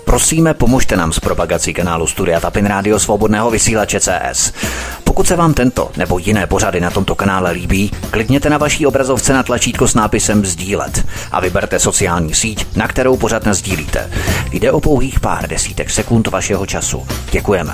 Prosíme, pomožte nám s propagací kanálu Studia Tapin Rádio Svobodného vysílače CS. Pokud se vám tento nebo jiné pořady na tomto kanále líbí, klikněte na vaší obrazovce na tlačítko s nápisem sdílet a vyberte sociální síť, na kterou pořad nasdílíte. Jde o pouhých pár desítek sekund vašeho času. Děkujeme.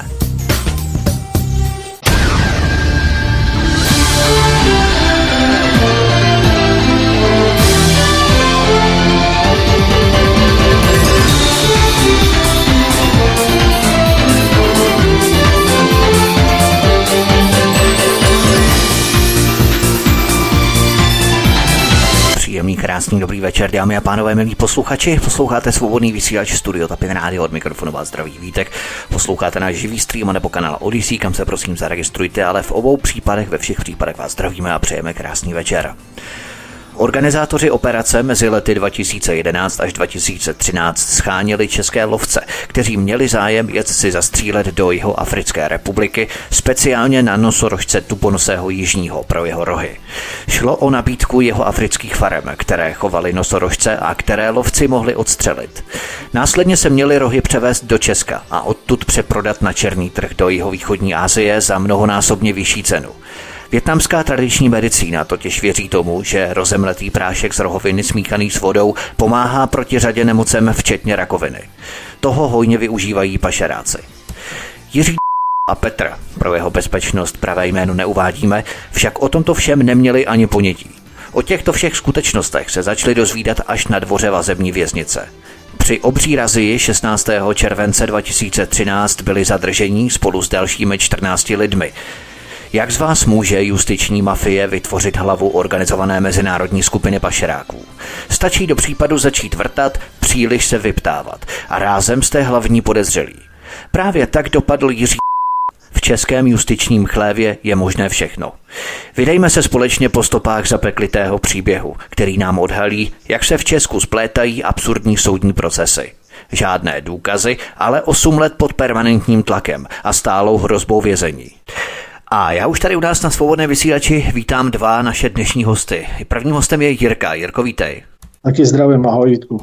Příjemný, krásný, dobrý večer, dámy a pánové, milí posluchači. Posloucháte svobodný vysílač Studio Tapin Rádio, od mikrofonu vás zdraví Vítek. Posloucháte náš živý stream nebo kanál Odyssey, kam se prosím zaregistrujte, ale v obou případech, ve všech případech vás zdravíme a přejeme krásný večer. Organizátoři operace mezi lety 2011 až 2013 scháněli české lovce, kteří měli zájem jet si zastřílet do Jihoafrické republiky, speciálně na nosorožce tuponosého jižního pro jeho rohy. Šlo o nabídku jihoafrických farem, které chovaly nosorožce a které lovci mohli odstřelit. Následně se měli rohy převést do Česka a odtud přeprodat na černý trh do jihovýchodní Asie za mnohonásobně vyšší cenu. Vietnamská tradiční medicína totiž věří tomu, že rozemletý prášek z rohoviny smíchaný s vodou pomáhá proti řadě nemocem, včetně rakoviny. Toho hojně využívají pašeráci. Jiří a Petr, pro jeho bezpečnost pravé jméno neuvádíme, však o tomto všem neměli ani ponětí. O těchto všech skutečnostech se začali dozvídat až na dvoře vazební věznice. Při obří razii 16. července 2013 byli zadržení spolu s dalšími 14 lidmi. Jak z vás může justiční mafie vytvořit hlavu organizované mezinárodní skupiny pašeráků? Stačí do případu začít vrtat, příliš se vyptávat a rázem jste hlavní podezřelí. Právě tak dopadl Jiří. V českém justičním chlévě je možné všechno. Vydejme se společně po stopách zapeklitého příběhu, který nám odhalí, jak se v Česku splétají absurdní soudní procesy. Žádné důkazy, ale 8 let pod permanentním tlakem a stálou hrozbou vězení. A já už tady u nás na Svobodné vysílači vítám dva naše dnešní hosty. Prvním hostem je Jirka. Jirko, vítej. Taky zdravím, ahoj Vítku.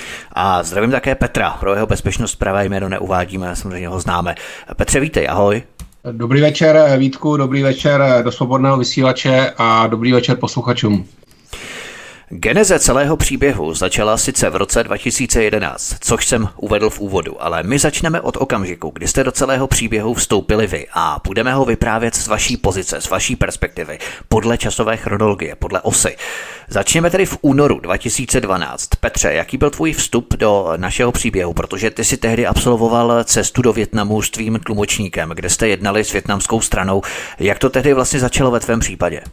A zdravím také Petra. Pro jeho bezpečnost pravé jméno neuvádíme, samozřejmě ho známe. Petře, vítej, ahoj. Dobrý večer Vítku, dobrý večer do Svobodného vysílače a dobrý večer posluchačům. Geneze celého příběhu začala sice v roce 2011, což jsem uvedl v úvodu, ale my začneme od okamžiku, kdy jste do celého příběhu vstoupili vy a budeme ho vyprávět z vaší pozice, z vaší perspektivy, podle časové chronologie, podle osy. Začněme tedy v únoru 2012. Petře, jaký byl tvůj vstup do našeho příběhu, protože ty si tehdy absolvoval cestu do Vietnamu s tvým tlumočníkem, kde jste jednali s vietnamskou stranou. Jak to tehdy vlastně začalo ve tvém případě?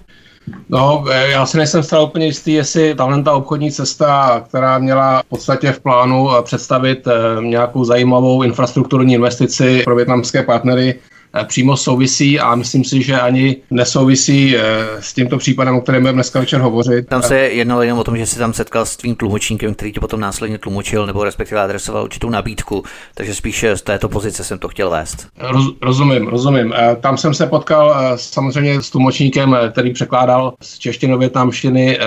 No, já si nejsem stále úplně jistý, jestli ta obchodní cesta, která měla v podstatě v plánu představit nějakou zajímavou infrastrukturní investici pro vietnamské partnery, přímo souvisí a myslím si, že ani nesouvisí s tímto případem, o kterém budeme dneska večer hovořit. Tam se jednalo jenom o tom, že jsi tam setkal s tvým tlumočníkem, který ti potom následně tlumočil nebo respektive adresoval určitou nabídku, takže spíš z této pozice jsem to chtěl vést. Rozumím. Tam jsem se potkal samozřejmě s tlumočníkem, který překládal z češtiny do vietnamštiny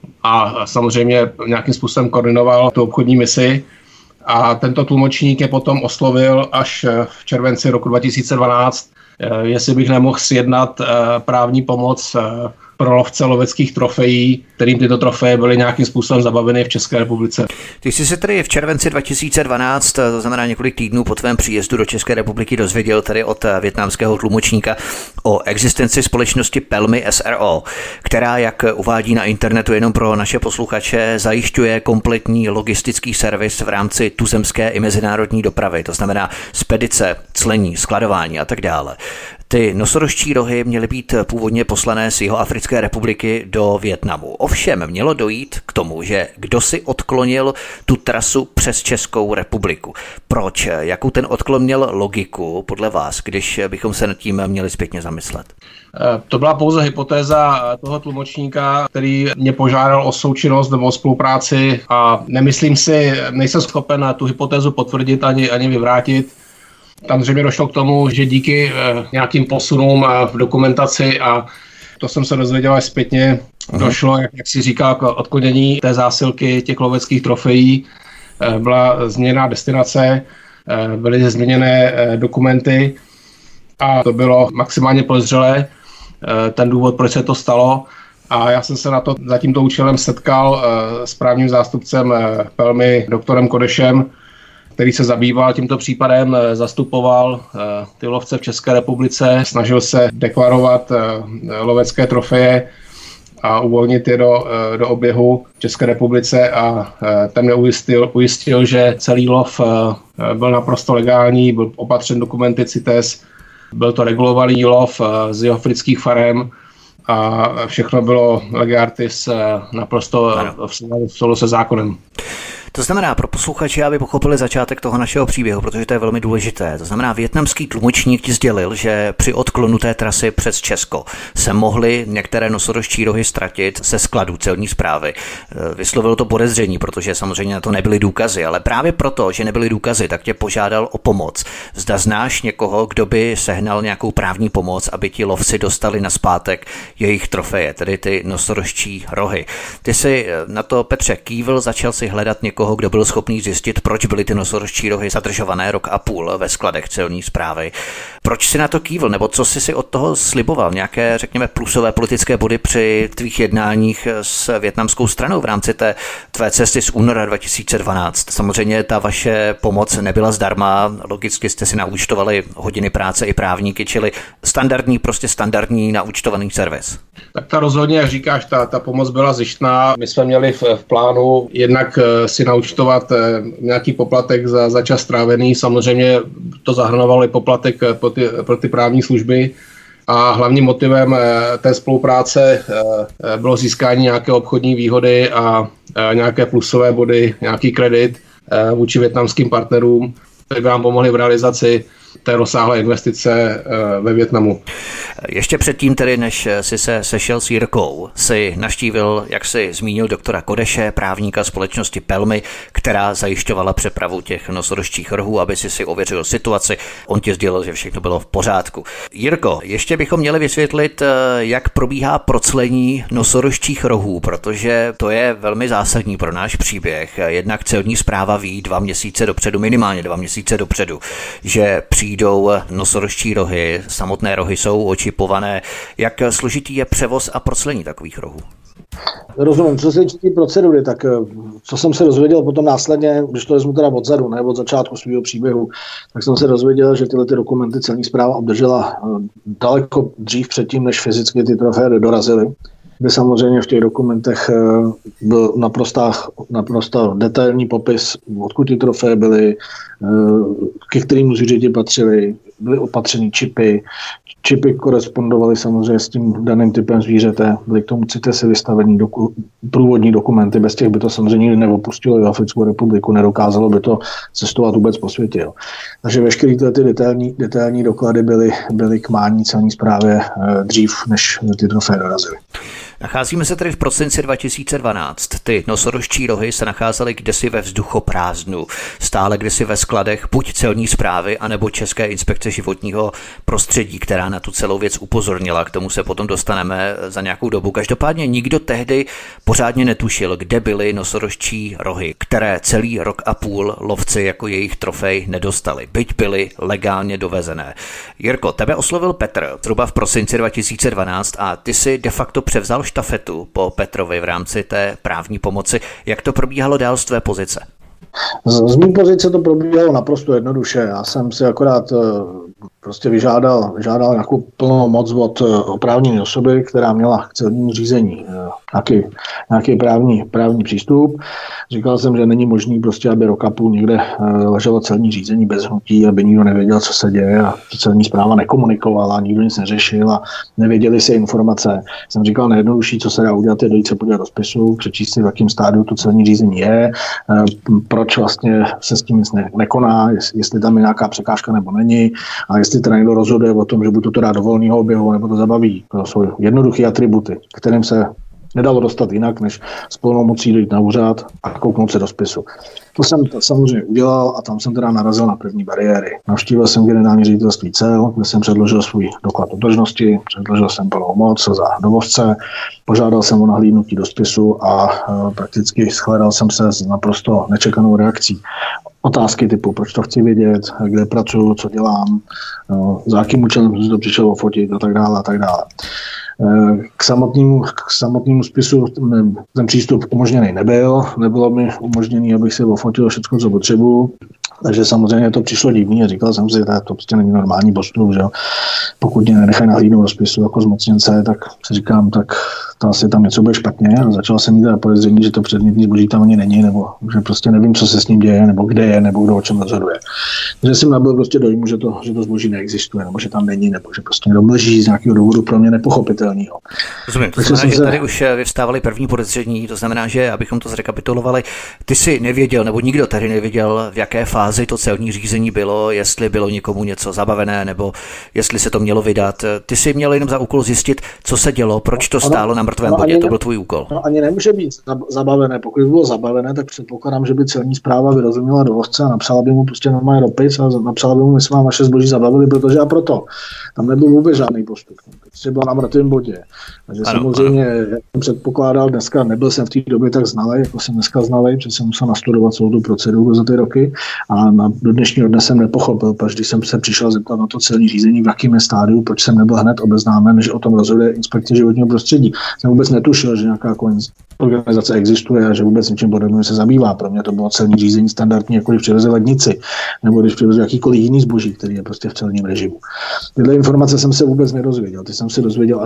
a samozřejmě nějakým způsobem koordinoval tu obchodní misi. A tento tlumočník je potom oslovil až v červenci roku 2012, jestli bych nemohl sjednat právní pomoc pro lovce loveckých trofejí, kterým tyto trofeje byly nějakým způsobem zabaveny v České republice. Ty jsi se tedy v červenci 2012, to znamená několik týdnů po tvém příjezdu do České republiky, dozvěděl tedy od vietnamského tlumočníka o existenci společnosti Pelmy SRO, která, jak uvádí na internetu jenom pro naše posluchače, zajišťuje kompletní logistický servis v rámci tuzemské i mezinárodní dopravy, to znamená spedice, clení, skladování a tak dále. Ty nosorožčí rohy měly být původně poslané z Jihoafrické republiky do Vietnamu. Ovšem mělo dojít k tomu, že kdo si odklonil tu trasu přes Českou republiku. Proč? Jakou ten odklon měl logiku podle vás, když bychom se nad tím měli zpětně zamyslet? To byla pouze hypotéza toho tlumočníka, který mě požádal o součinnost nebo o spolupráci a nejsem schopen tu hypotézu potvrdit ani vyvrátit. Tam zřejmě došlo k tomu, že díky nějakým posunům v dokumentaci, a to jsem se dozvěděl až zpětně, došlo, jak si říká, k odklonění té zásilky těch loveckých trofejí. byla změněná destinace, byly změněné dokumenty a to bylo maximálně podezřelé, ten důvod, proč se to stalo. A já jsem se za tímto účelem setkal s právním zástupcem Pelmy, doktorem Kodešem, který se zabýval tímto případem, zastupoval ty lovce v České republice, snažil se deklarovat lovecké trofeje a uvolnit je do oběhu v České republice a ten mě ujistil, že celý lov byl naprosto legální, byl opatřen dokumenty CITES, byl to regulovaný lov z jihoafrických farem a všechno bylo lege artis naprosto v souladu se zákonem. To znamená pro posluchače, aby pochopili začátek toho našeho příběhu, protože to je velmi důležité. To znamená, vietnamský tlumočník ti sdělil, že při odklonu té trasy přes Česko se mohly některé nosorožčí rohy ztratit ze skladů celní správy. Vyslovil to podezření, protože samozřejmě na to nebyly důkazy, ale právě proto, že nebyly důkazy, tak tě požádal o pomoc. Zda znáš někoho, kdo by sehnal nějakou právní pomoc, aby ti lovci dostali nazpátek jejich trofeje, tedy ty nosorožčí rohy. Ty si na to, Petře, kývil, začal si hledat někoho, kdo byl schopný zjistit, proč byly ty nosorožčí rohy zadržované rok a půl ve skladech celní správy. Proč si na to kývil, nebo co jsi si od toho sliboval? Nějaké, řekněme, plusové politické body při tvých jednáních s vietnamskou stranou v rámci té tvé cesty z února 2012? Samozřejmě ta vaše pomoc nebyla zdarma, logicky jste si naúčtovali hodiny práce i právníky, čili standardní naúčtovaný servis. Tak ta rozhodně, jak říkáš, ta pomoc byla zištná. My jsme měli v plánu jednak si naúčtovat nějaký poplatek za čas strávený. Samozřejmě to zahrnovalo i poplatek pro ty právní služby. A hlavním motivem té spolupráce bylo získání nějaké obchodní výhody a nějaké plusové body, nějaký kredit vůči vietnamským partnerům, které by nám pomohli v realizaci té rozsáhlé investice ve Vietnamu. Ještě předtím tedy, než si se sešel s Jirkou, si navštívil, jak si zmínil, doktora Kodeše, právníka společnosti Pelmy, která zajišťovala přepravu těch nosorožčích rohů, aby si ověřil situaci. On ti sdělil, že všechno bylo v pořádku. Jirko, ještě bychom měli vysvětlit, jak probíhá proclení nosorožčích rohů, protože to je velmi zásadní pro náš příběh. Jednak celní správa ví 2 měsíce dopředu, minimálně 2 měsíce dopředu, že přijdou nosorožčí rohy, samotné rohy jsou očipované. Jak složitý je převoz a proclení takových rohů? Rozumím, co se týče procedury, tak co jsem se dozvěděl potom následně, když to vezmu teda odzadu, ne od začátku svého příběhu, tak jsem se dozvěděl, že tyhle dokumenty celní správa obdržela daleko dřív předtím, než fyzicky ty trofeje dorazily, kde samozřejmě v těch dokumentech byl naprosto detailní popis, odkud ty trofeje byly, ke kterému zvířeti patřily, byly opatřeny čipy. Čipy korespondovaly samozřejmě s tím daným typem zvířete, byly k tomu CITESy vystavení průvodní dokumenty, bez těch by to samozřejmě nikdy neopustilo i Africkou republiku, nedokázalo by to cestovat vůbec po světě. Jo. Takže veškeré ty detailní doklady byly k mání celní správě dřív, než ty trofeje dorazily. Nacházíme se tedy v prosinci 2012. Ty nosorožčí rohy se nacházely kdesi ve vzduchoprázdnu, stále kdesi ve skladech buď celní správy, anebo České inspekce životního prostředí, která na tu celou věc upozornila. K tomu se potom dostaneme za nějakou dobu. Každopádně nikdo tehdy pořádně netušil, kde byly nosorožčí rohy, které celý rok a půl lovci jako jejich trofej nedostali, byť byly legálně dovezené. Jirko, tebe oslovil Petr zhruba v prosinci 2012 a ty si de facto převzal štafetu po Petrovi v rámci té právní pomoci. Jak to probíhalo dál z tvé pozice? Z mé pozice to probíhalo naprosto jednoduše. Já jsem si akorát prostě vyžádal nějakou plnou moc od oprávněné osoby, která měla k celnímu řízení nějaký právní přístup. Říkal jsem, že není možný prostě, aby rok a půl někde leželo celní řízení bez hnutí, aby nikdo nevěděl, co se děje a celní správa nekomunikovala, nikdo nic neřešil a nevěděli si informace. Jsem říkal, nejjednodušší, co se dá udělat, je dojít se podívat do spisu, přečíst si, v jakém stádiu to celní řízení je, proč vlastně se s tím nic nekoná, jestli tam je nějaká překážka nebo není a jestli teda někdo rozhoduje o tom, že buď to dá do volného oběhu nebo to zabaví. To jsou jednoduché atributy, kterým se nedalo dostat jinak, než s plnou mocí dojít na úřad a kouknout se do spisu. To jsem samozřejmě udělal a tam jsem teda narazil na první bariéry. Navštívil jsem generální ředitelství cel, kde jsem předložil svůj doklad totožnosti, předložil jsem plnou moc za dovozce, požádal jsem o nahlídnutí do spisu a prakticky shledal jsem se s naprosto nečekanou reakcí. Otázky typu, proč to chci vědět, kde pracuji, co dělám, za jakým účelem jsem si to přišel ofotit a tak dále a tak dále. K samotnému spisu ten přístup umožněný nebyl. Nebylo mi umožněný, abych si ofotil všechno, co potřebuju. Takže samozřejmě to přišlo divný a říkal jsem si, že to prostě není normální postup, že pokud mě nenechají nahlídnout do spisu jako zmocněnce, tak si říkám, tak to asi tam něco bude špatně a začal jsem mít teda podezření, že to předmětný zboží tam ani není, nebo že prostě nevím, co se s ním děje, nebo kde je, nebo kdo o čem rozhoduje. Takže jsem nabyl prostě dojmu, že to zboží neexistuje, nebo že tam není, nebo že prostě někdo mlží z nějakého důvodu pro mě nepochopitelného. Rozumím, to znamená, že tady už vyvstávaly první podezření, to znamená, že abychom to zrekapitulovali, ty si nevěděl, nebo nikdo tady nevěděl, v jaké fázi to celní řízení bylo, jestli bylo někomu něco zabavené, nebo jestli se to mělo vydat. Ty si měl jenom za úkol zjistit, co se dělo, proč to stálo na mrtvém bodě, to byl tvůj úkol. No, ani nemůže být zabavené. Pokud by bylo zabavené, tak předpokládám, že by celní správa vyrozuměla dovozce a napsala by mu prostě normálně dopis a napsala by mu, my jsme vám naše zboží zabavili, protože a proto. Tam nebyl vůbec žádný postup. Prostě byla na mrtvém bodě. Takže ano, samozřejmě, jak jsem předpokládal dneska, nebyl jsem v té době tak znalý, jako jsem dneska znalý, protože jsem musel nastudovat celou tu proceduru za ty roky a do dnešního dne jsem nepochopil, protože když jsem se přišel zeptat na to celní řízení, v jakém je stádiu, proč jsem nebyl hned obeznámen, že o tom rozhoduje inspekce životního prostředí. Jsem vůbec netušil, že nějaká organizace existuje a že vůbec něčím podobným se zabývá. Pro mě to bylo celní řízení standardní, jako když přiveze lednici, nebo když přiveze jakýkoliv jiný zboží, který je prostě v celním režimu. Tyhle informace jsem se vůbec nedozvěděl. Ty jsem se dozvěděl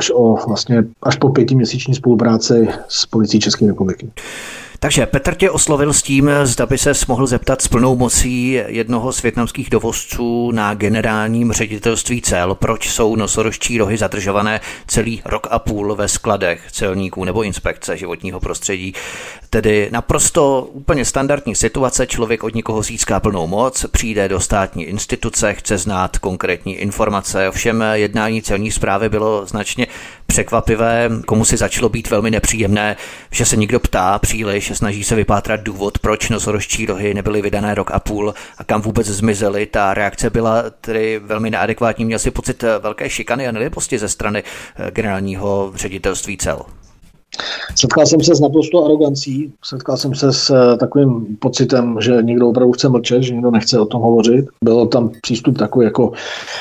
až po 5měsíční spolupráci s policií České republiky. Takže Petr tě oslovil s tím, zda by ses mohl zeptat s plnou mocí jednoho z vietnamských dovozců na generálním ředitelství cel, proč jsou nosorožčí rohy zadržované celý rok a půl ve skladech celníků nebo inspekce životního prostředí. Tedy naprosto úplně standardní situace, člověk od někoho získá plnou moc, přijde do státní instituce, chce znát konkrétní informace, ovšem jednání celní správy bylo značně překvapivé, komu si začalo být velmi nepříjemné, že se někdo ptá příliš, snaží se vypátrat důvod, proč nosorožčí rohy nebyly vydané rok a půl a kam vůbec zmizely. Ta reakce byla tedy velmi neadekvátní, měl si pocit velké šikany a nelibosti ze strany generálního ředitelství cel. Setkal jsem se s naprostou arogancí, setkal jsem se s takovým pocitem, že někdo opravdu chce mlčet, že někdo nechce o tom hovořit. Byl tam přístup takový jako,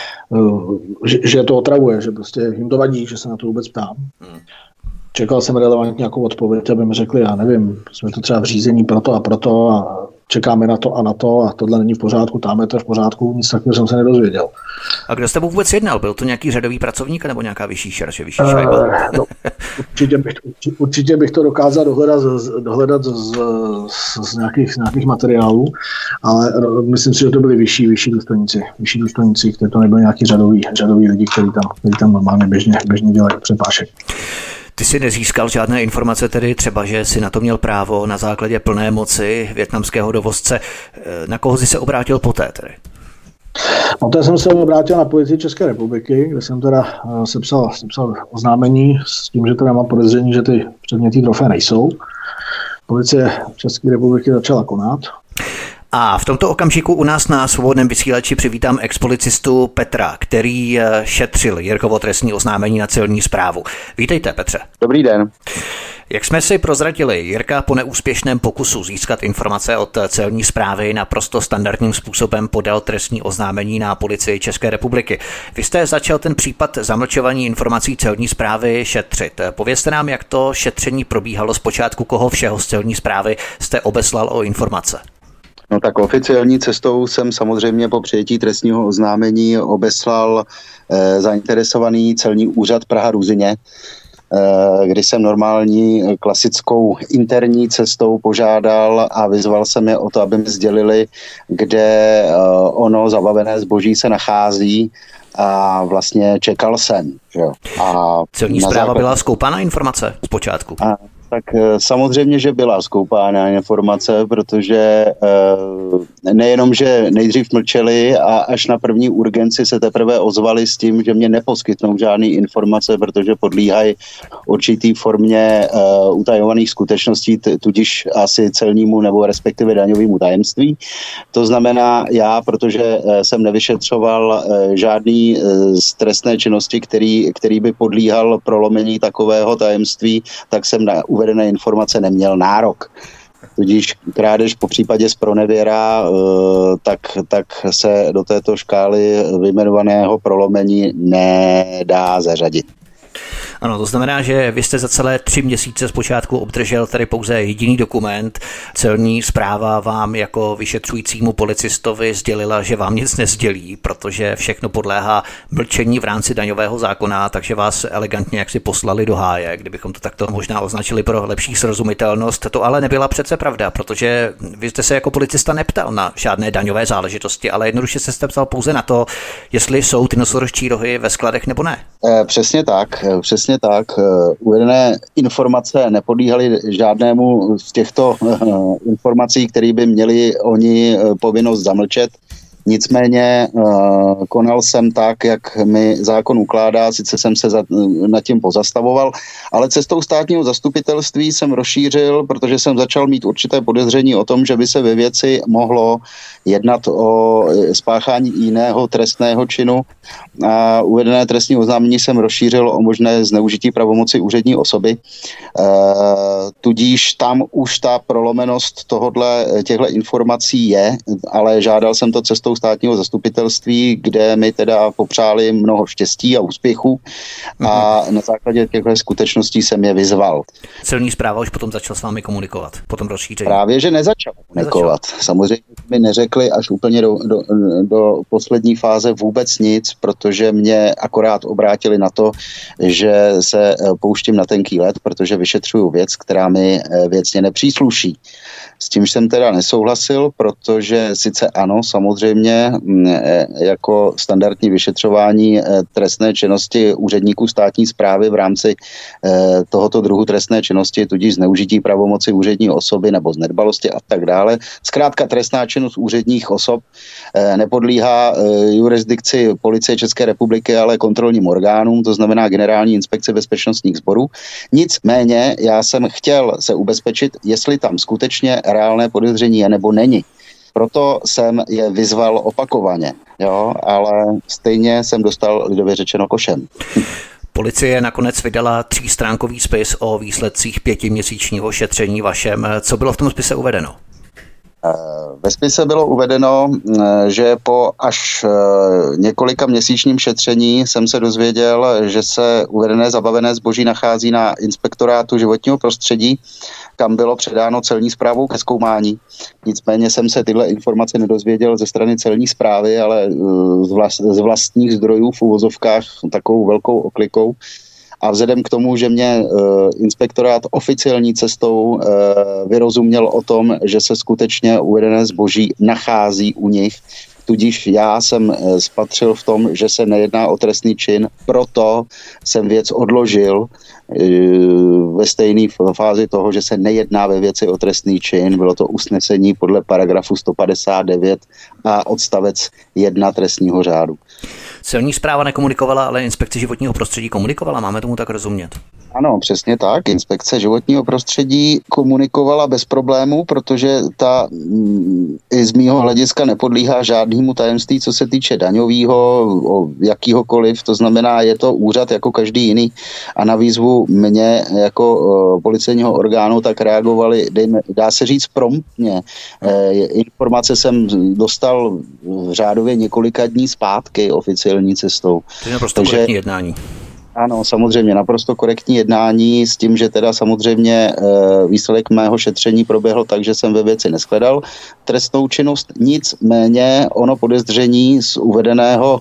že to otravuje, že prostě jim to vadí, že se na to vůbec ptám. Čekal jsem relevantně nějakou odpověď, aby mi řekli, já nevím, jsme to třeba v řízení proto a čekáme na to a tohle není v pořádku, tam je to v pořádku, nic takového jsem se nedozvěděl. A kdo s tebou vůbec jednal? Byl to nějaký řadový pracovník nebo nějaká vyšší šarže, vyšší šajba? No, určitě bych to dokázal dohledat z nějakých materiálů, ale myslím si, že to byli vyšší důstojníci, kteří to nebyli nějaký řadoví lidi, kteří tam normálně běžně dělají přepášek. Ty jsi nezískal žádné informace, tedy třeba, že jsi na to měl právo na základě plné moci vietnamského dovozce. Na koho jsi se obrátil poté tedy? Poté jsem se obrátil na policii České republiky, kde jsem teda sepsal oznámení s tím, že teda mám podezření, že ty předmětné trofé nejsou. Policie České republiky začala konat. A v tomto okamžiku u nás na Svobodném vysílači přivítám expolicistu Petra, který šetřil Jirkovo trestní oznámení na celní správu. Vítejte, Petře. Dobrý den. Jak jsme si prozradili, Jirka po neúspěšném pokusu získat informace od celní správy naprosto standardním způsobem podal trestní oznámení na policii České republiky. Vy jste začal ten případ zamlčování informací celní správy šetřit. Povězte nám, jak to šetření probíhalo zpočátku, koho všeho z celní správy jste obeslal o informace. No tak oficiální cestou jsem samozřejmě po přijetí trestního oznámení obeslal zainteresovaný celní úřad Praha-Ruzyně, kdy jsem normální klasickou interní cestou požádal a vyzval jsem je o to, aby mi sdělili, kde ono zabavené zboží se nachází a vlastně čekal jsem. Že? A celní správa byla zkoupaná informace zpočátku? Tak samozřejmě, že byla zkoupána informace, protože nejenom, že nejdřív mlčeli a až na první urgenci se teprve ozvali s tím, že mě neposkytnou žádné informace, protože podlíhají určitý formě utajovaných skutečností, tudíž asi celnímu nebo respektive daňovému tajemství. To znamená, já, protože jsem nevyšetřoval žádný z trestné činnosti, který by podlíhal prolomení takového tajemství, tak jsem na uvedené informace neměl nárok. Tudíž krádež po případě zpronevěra, tak se do této škály vyjmenovaného prolomení nedá zařadit. Ano, to znamená, že vy jste za celé 3 měsíce zpočátku obdržel tady pouze jediný dokument. Celní správa vám jako vyšetřujícímu policistovi sdělila, že vám nic nesdělí, protože všechno podléhá mlčení v rámci daňového zákona, takže vás elegantně jaksi poslali do háje, kdybychom to takto možná označili pro lepší srozumitelnost. To ale nebyla přece pravda, protože vy jste se jako policista neptal na žádné daňové záležitosti, ale jednoduše jste ptal pouze na to, jestli jsou ty nosorožčí rohy ve skladech nebo ne. Přesně tak. Uvedené informace nepodléhaly žádnému z těchto informací, které by měli oni povinnost zamlčet. Nicméně konal jsem tak, jak mi zákon ukládá, sice jsem se nad tím pozastavoval, ale cestou státního zastupitelství jsem rozšířil, protože jsem začal mít určité podezření o tom, že by se ve věci mohlo jednat o spáchání jiného trestného činu. A uvedené trestní oznámení jsem rozšířil o možné zneužití pravomoci úřední osoby. Tudíž tam už ta prolomenost těchto informací je, ale žádal jsem to cestou státního zastupitelství, kde mi teda popřáli mnoho štěstí a úspěchu a na základě těchto skutečností jsem je vyzval. Celní správa už potom začal s vámi komunikovat, potom rozšíření. Právě, že nezačal komunikovat. Samozřejmě mi neřekli až úplně do poslední fáze vůbec nic, protože mě akorát obrátili na to, že se pouštím na tenký led, protože vyšetřuju věc, která mi věcně nepřísluší. S tím jsem teda nesouhlasil, protože sice ano, samozřejmě jako standardní vyšetřování trestné činnosti úředníků státní správy v rámci tohoto druhu trestné činnosti, tudíž zneužití pravomoci úřední osoby nebo z nedbalosti a tak dále. Zkrátka trestná činnost úředních osob nepodlíhá jurisdikci Policie České republiky, ale kontrolním orgánům, to znamená Generální inspekci bezpečnostních sborů. Nicméně já jsem chtěl se ubezpečit, jestli tam skutečně reálné podezření je nebo není. Proto jsem je vyzval opakovaně, ale stejně jsem dostal lidově řečeno košem. Policie nakonec vydala 3stránkový spis o výsledcích 5měsíčního šetření vašem. Co bylo v tom spise uvedeno? Ve spise bylo uvedeno, že po až několika měsíčním šetření jsem se dozvěděl, že se uvedené zabavené zboží nachází na Inspektorátu životního prostředí, kam bylo předáno celní správou ke zkoumání. Nicméně jsem se tyhle informace nedozvěděl ze strany celní správy, ale z vlastních zdrojů v uvozovkách takovou velkou oklikou. A vzhledem k tomu, že mě inspektorát oficiální cestou vyrozuměl o tom, že se skutečně uvedené zboží nachází u nich, tudíž já jsem spatřil v tom, že se nejedná o trestný čin, proto jsem věc odložil ve stejné fázi toho, že se nejedná ve věci o trestný čin. Bylo to usnesení podle paragrafu 159 a odstavec 1 trestního řádu. Celní správa nekomunikovala, ale inspekce životního prostředí komunikovala, máme tomu tak rozumět? Ano, přesně tak. Inspekce životního prostředí komunikovala bez problémů, protože ta i z mýho hlediska nepodlíhá žádnému tajemství, co se týče daňového, jakýhokoliv. To znamená, je to úřad jako každý jiný a na výzvu mě jako policejního orgánu tak reagovali, dá se říct promptně. Informace jsem dostal řádově několika dní zpátky oficiální cestou. To je naprosto korektní jednání. Ano, samozřejmě naprosto korektní jednání s tím, že teda samozřejmě výsledek mého šetření proběhl tak, že jsem ve věci neshledal trestnou činnost. Nicméně ono podezření z uvedeného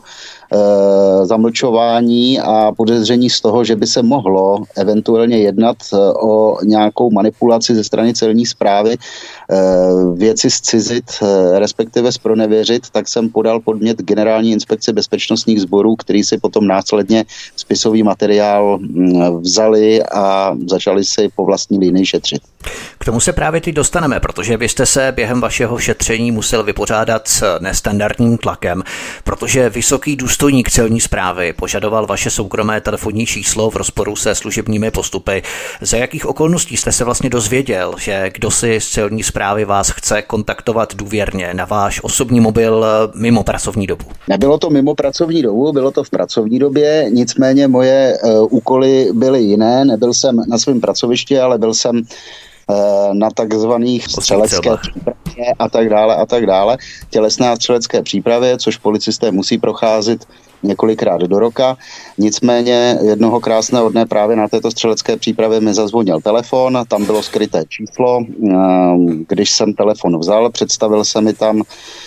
zamlčování a podezření z toho, že by se mohlo eventuálně jednat o nějakou manipulaci ze strany celní správy, věci zcizit, respektive zpronevěřit, tak jsem podal podnět Generální inspekci bezpečnostních sborů, který si potom následně spisový materiál vzali a začali si po vlastní linii šetřit. K tomu se právě teď dostaneme, protože vy jste se během vašeho šetření musel vypořádat s nestandardním tlakem, protože vysoký důstojník celní správy požadoval vaše soukromé telefonní číslo v rozporu se služebními postupy. Za jakých okolností jste se vlastně dozvěděl, že kdo si z celní správy vás chce kontaktovat důvěrně na váš osobní mobil mimo pracovní dobu? Nebylo to mimo pracovní dobu, bylo to v pracovní době, nicméně moje úkoly byly jiné, nebyl jsem na svém pracovišti, ale byl jsem na takzvaných střelecké přípravě a tak dále, tělesné a střelecké přípravě, což policisté musí procházet několikrát do roka. Nicméně jednoho krásného dne právě na této střelecké přípravě mi zazvonil telefon, tam bylo skryté číslo, když jsem telefon vzal, představil se mi tam,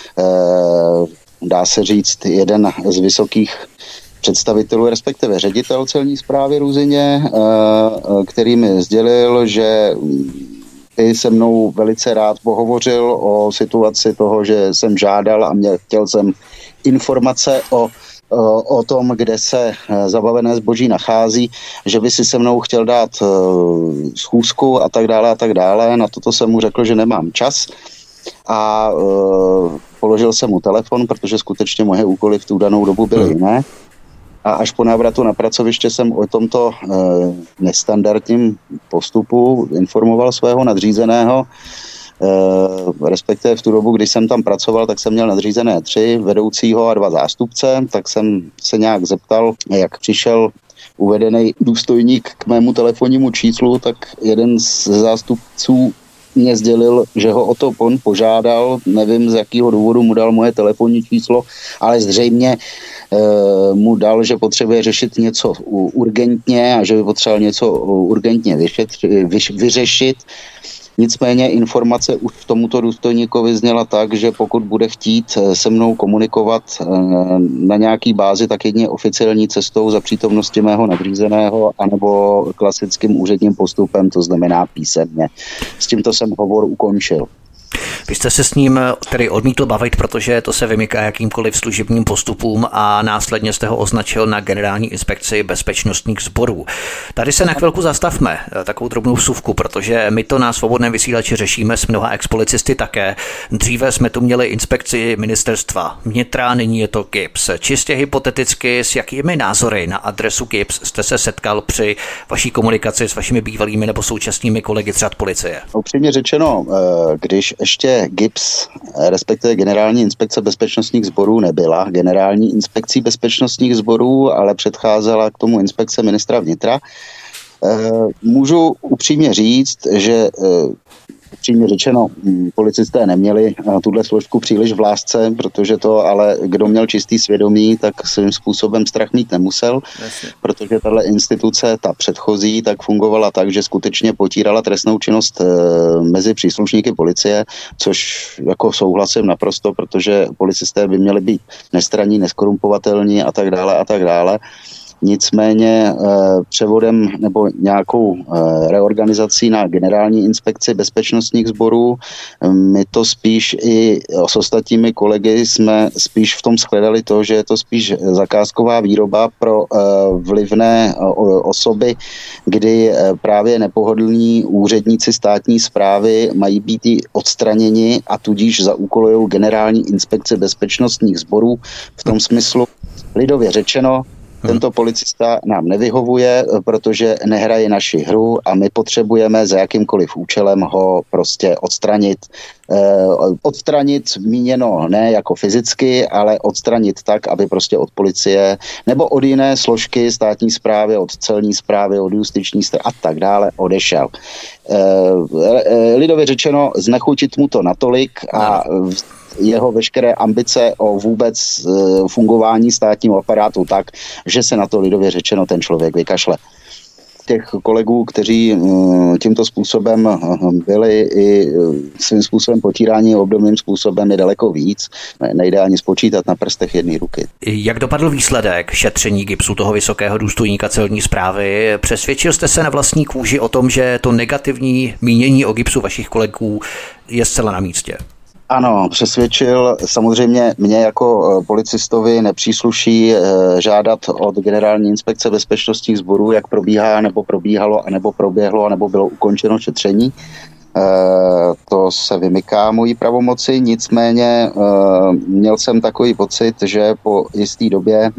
dá se říct, jeden z vysokých představitelů, respektive ředitel celní správy Ruzyně, který mi sdělil, že i se mnou velice rád pohovořil o situaci toho, že jsem žádal a chtěl jsem informace o tom, kde se zabavené zboží nachází, že by si se mnou chtěl dát schůzku a tak dále. Na toto jsem mu řekl, že nemám čas a položil jsem mu telefon, protože skutečně moje úkoly v tu danou dobu byly jiné. A až po návratu na pracoviště jsem o tomto nestandardním postupu informoval svého nadřízeného, respektive v tu dobu, když jsem tam pracoval, tak jsem měl nadřízené 3, vedoucího a 2 zástupce, tak jsem se nějak zeptal, jak přišel uvedený důstojník k mému telefonnímu číslu, tak jeden z zástupců mě sdělil, že ho o to on požádal, nevím z jakého důvodu mu dal moje telefonní číslo, ale zřejmě mu dal, že potřebuje řešit něco urgentně a že by potřeboval něco urgentně vyřešit. Nicméně informace už tomuto důstojníkovi zněla tak, že pokud bude chtít se mnou komunikovat na nějaký bázi, tak jedině oficiální cestou za přítomnosti mého nadřízeného anebo klasickým úředním postupem, to znamená písemně. S tímto jsem hovor ukončil. Vy jste se s ním tedy odmítl bavit, protože to se vymyká jakýmkoliv služebním postupům a následně jste ho označil na Generální inspekci bezpečnostních sborů. Tady se na chvilku zastavme, takovou drobnou vsuvku, protože my to na Svobodném vysílači řešíme s mnoha expolicisty také. Dříve jsme tu měli inspekci ministerstva vnitra, nyní je to GIBS. Čistě hypoteticky, s jakými názory na adresu GIBS jste se setkal při vaší komunikaci s vašimi bývalými nebo současnými kolegy z řad policie? Upřímně řečeno, když ještě GIBS, respektive Generální inspekce bezpečnostních sborů nebyla Generální inspekcí bezpečnostních sborů, ale předcházela k tomu inspekce ministra vnitra. Můžu upřímně říct, že upřímně řečeno, policisté neměli tuhle složku příliš v lásce, protože to ale kdo měl čistý svědomí, tak svým způsobem strach mít nemusel, protože tahle instituce, ta předchozí, tak fungovala tak, že skutečně potírala trestnou činnost mezi příslušníky policie, což jako souhlasím naprosto, protože policisté by měli být nestranní, neskorumpovatelní a tak dále. Nicméně převodem nebo nějakou reorganizací na Generální inspekci bezpečnostních sborů, my to spíš i s ostatními kolegy jsme spíš v tom shledali to, že je to spíš zakázková výroba pro vlivné osoby, kdy právě nepohodlní úředníci státní správy mají být i odstraněni a tudíž zaúkolují Generální inspekci bezpečnostních sborů v tom smyslu, lidově řečeno, tento policista nám nevyhovuje, protože nehraje naši hru a my potřebujeme za jakýmkoliv účelem ho prostě odstranit. Odstranit míněno ne jako fyzicky, ale odstranit tak, aby prostě od policie nebo od jiné složky státní správy, od celní správy, od justiční a tak dále odešel. Lidově řečeno, znechutit mu to natolik a jeho veškeré ambice o vůbec fungování státního aparátu tak, že se na to lidově řečeno ten člověk vykašle. těch kolegů, kteří tímto způsobem byli i svým způsobem potírání obdobným způsobem je daleko víc. Nejde ani spočítat na prstech jedné ruky. Jak dopadl výsledek šetření GIBSu, toho vysokého důstojníka celní správy? Přesvědčil jste se na vlastní kůži o tom, že to negativní mínění o GIBSu vašich kolegů je zcela na místě? Ano, přesvědčil. Samozřejmě mě jako policistovi nepřísluší žádat od Generální inspekce bezpečnostních sborů, jak probíhá, nebo probíhalo, nebo proběhlo, nebo bylo ukončeno šetření. To se vymyká mojí pravomoci, nicméně měl jsem takový pocit, že po jisté době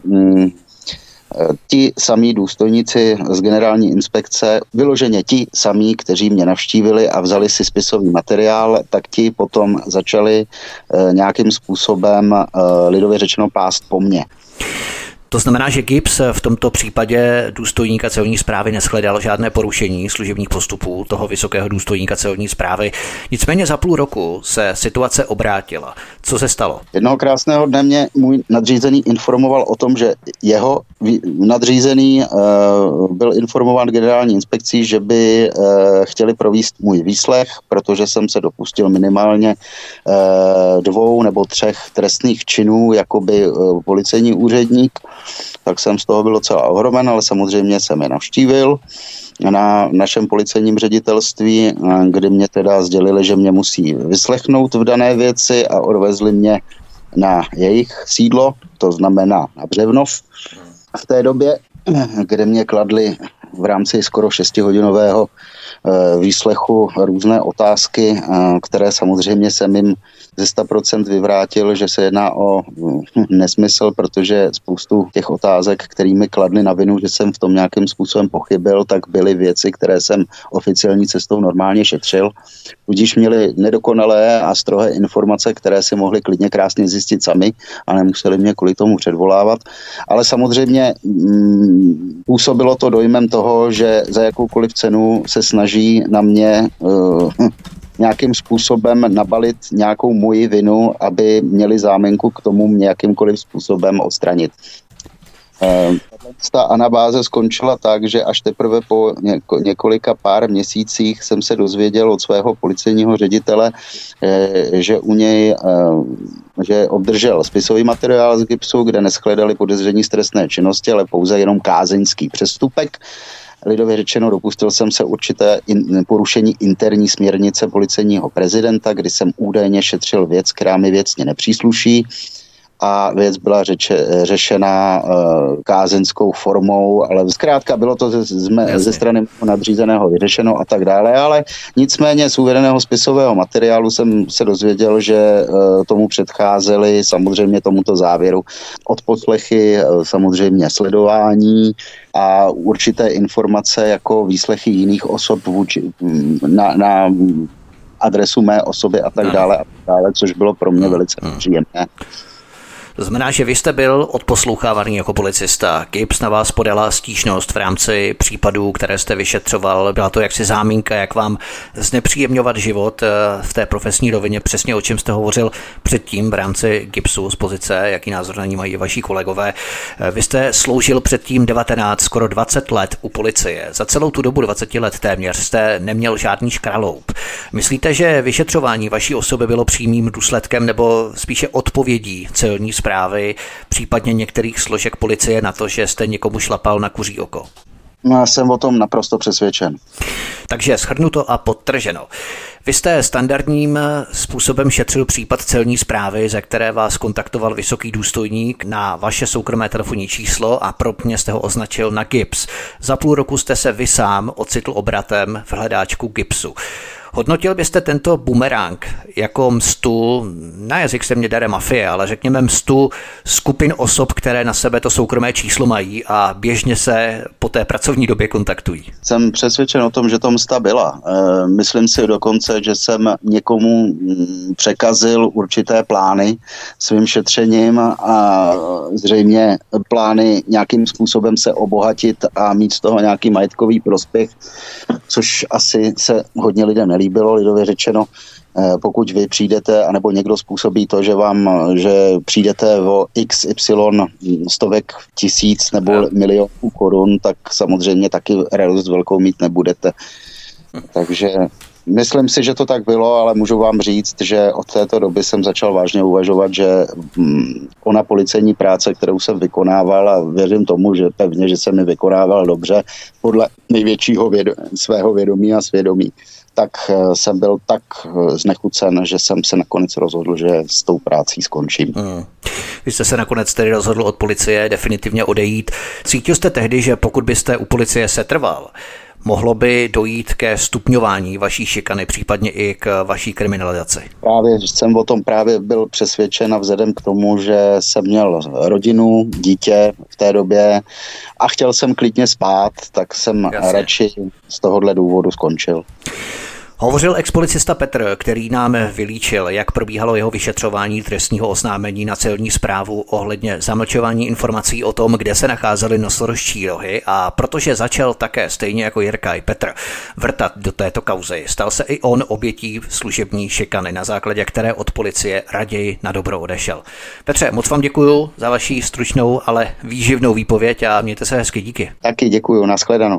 ti samí důstojníci z Generální inspekce, vyloženě ti samí, kteří mě navštívili a vzali si spisový materiál, tak ti potom začali nějakým způsobem lidově řečeno pást po mně. To znamená, že GIBS v tomto případě důstojníka celní správy neshledal žádné porušení služebních postupů toho vysokého důstojníka celní správy. Nicméně za půl roku se situace obrátila. Co se stalo? Jednoho krásného dne mě můj nadřízený informoval o tom, že jeho nadřízený byl informován Generální inspekcí, že by chtěli provést můj výslech, protože jsem se dopustil minimálně 2 nebo 3 trestných činů, jakoby policejní úředník. Tak jsem z toho byl docela ohromen, ale samozřejmě jsem je navštívil na našem policejním ředitelství, kdy mě teda sdělili, že mě musí vyslechnout v dané věci a odvezli mě na jejich sídlo, to znamená na Břevnov. V té době, kde mě kladli v rámci skoro 6hodinového výslechu různé otázky, které samozřejmě jsem jim ze 100% vyvrátil, že se jedná o nesmysl, protože spoustu těch otázek, kterými kladli na vinu, že jsem v tom nějakým způsobem pochybil, tak byly věci, které jsem oficiální cestou normálně šetřil. Tudíž měli nedokonalé a strohé informace, které si mohli klidně krásně zjistit sami a nemuseli mě kvůli tomu předvolávat. Ale samozřejmě působilo to dojmem toho, že za jakoukoliv cenu se snaží na mě nějakým způsobem nabalit nějakou moji vinu, aby měli záminku k tomu mě jakýmkoliv způsobem odstranit. Ta anabáze skončila tak, že až teprve po několika pár měsících jsem se dozvěděl od svého policejního ředitele, že u něj že obdržel spisový materiál z GIBSu, kde neshledali podezření z trestné činnosti, ale pouze jenom kázeňský přestupek. Lidově řečeno, dopustil jsem se určité porušení interní směrnice policejního prezidenta, kdy jsem údajně šetřil věc, která mi věcně nepřísluší, a věc byla řešena kázeňskou formou, ale zkrátka bylo to ze strany nadřízeného vyřešeno a tak dále, ale nicméně z uvedeného spisového materiálu jsem se dozvěděl, že tomu předcházely samozřejmě tomuto závěru odposlechy, samozřejmě sledování a určité informace jako výslechy jiných osob na adresu mé osoby a tak dále, což bylo pro mě velice příjemné. To znamená, že vy jste byl odposlouchávaný jako policista. GIBS na vás podala stížnost v rámci případů, které jste vyšetřoval. Byla to jaksi záminka, jak vám znepříjemňovat život v té profesní rovině, přesně o čem jste hovořil předtím v rámci GIBSu z pozice, jaký názor na ní mají vaši kolegové. Vy jste sloužil předtím 19, skoro 20 let u policie. Za celou tu dobu 20 let téměř jste neměl žádný škraloup. Myslíte, že vyšetřování vaší osoby bylo přímým důsledkem nebo spíše odpovědí celní správy, případně některých složek policie na to, že jste někomu šlapal na kuří oko? No, já jsem o tom naprosto přesvědčen. Takže shrnuto a podtrženo. Vy jste standardním způsobem šetřil případ celní správy, ze které vás kontaktoval vysoký důstojník na vaše soukromé telefonní číslo a promptně jste ho označil na GIBS. Za půl roku jste se vy sám ocitl obratem v hledáčku GIBSu. Hodnotil byste tento bumerang jako mstu, na jazyk se mě dere mafie, ale řekněme mstu skupin osob, které na sebe to soukromé číslo mají a běžně se po té pracovní době kontaktují? Jsem přesvědčen o tom, že to msta byla. Myslím si dokonce, že jsem někomu překazil určité plány svým šetřením a zřejmě plány nějakým způsobem se obohatit a mít z toho nějaký majetkový prospěch, což asi se hodně lidem nelíbilo, lidově řečeno. pokud vy přijdete, anebo někdo způsobí to, že přijdete o XY stovek tisíc nebo milionů korun, tak samozřejmě taky radost velkou mít nebudete. Takže myslím si, že to tak bylo, ale můžu vám říct, že od této doby jsem začal vážně uvažovat, že ona policejní práce, kterou jsem vykonával, a věřím tomu, že pevně, že jsem ji vykonával dobře, podle největšího svého vědomí a svědomí, tak jsem byl tak znechucen, že jsem se nakonec rozhodl, že s tou prací skončím. Vy jste se nakonec tedy rozhodl od policie definitivně odejít. Cítil jste tehdy, že pokud byste u policie setrval, mohlo by dojít ke stupňování vaší šikany, případně i k vaší kriminalizaci? Právě jsem o tom právě byl přesvědčen a vzhledem k tomu, že jsem měl rodinu, dítě v té době a chtěl jsem klidně spát, tak jsem radši z tohohle důvodu skončil. Hovořil expolicista Petr, který nám vylíčil, jak probíhalo jeho vyšetřování trestního oznámení na celní správu ohledně zamlčování informací o tom, kde se nacházely nosorožčí rohy, a protože začal také stejně jako Jirka i Petr vrtat do této kauzy, stal se i on obětí služební šikany, na základě které od policie raději na dobro odešel. Petře, moc vám děkuju za vaši stručnou, ale výživnou výpověď a mějte se hezky, díky. Taky děkuju, nashledanou.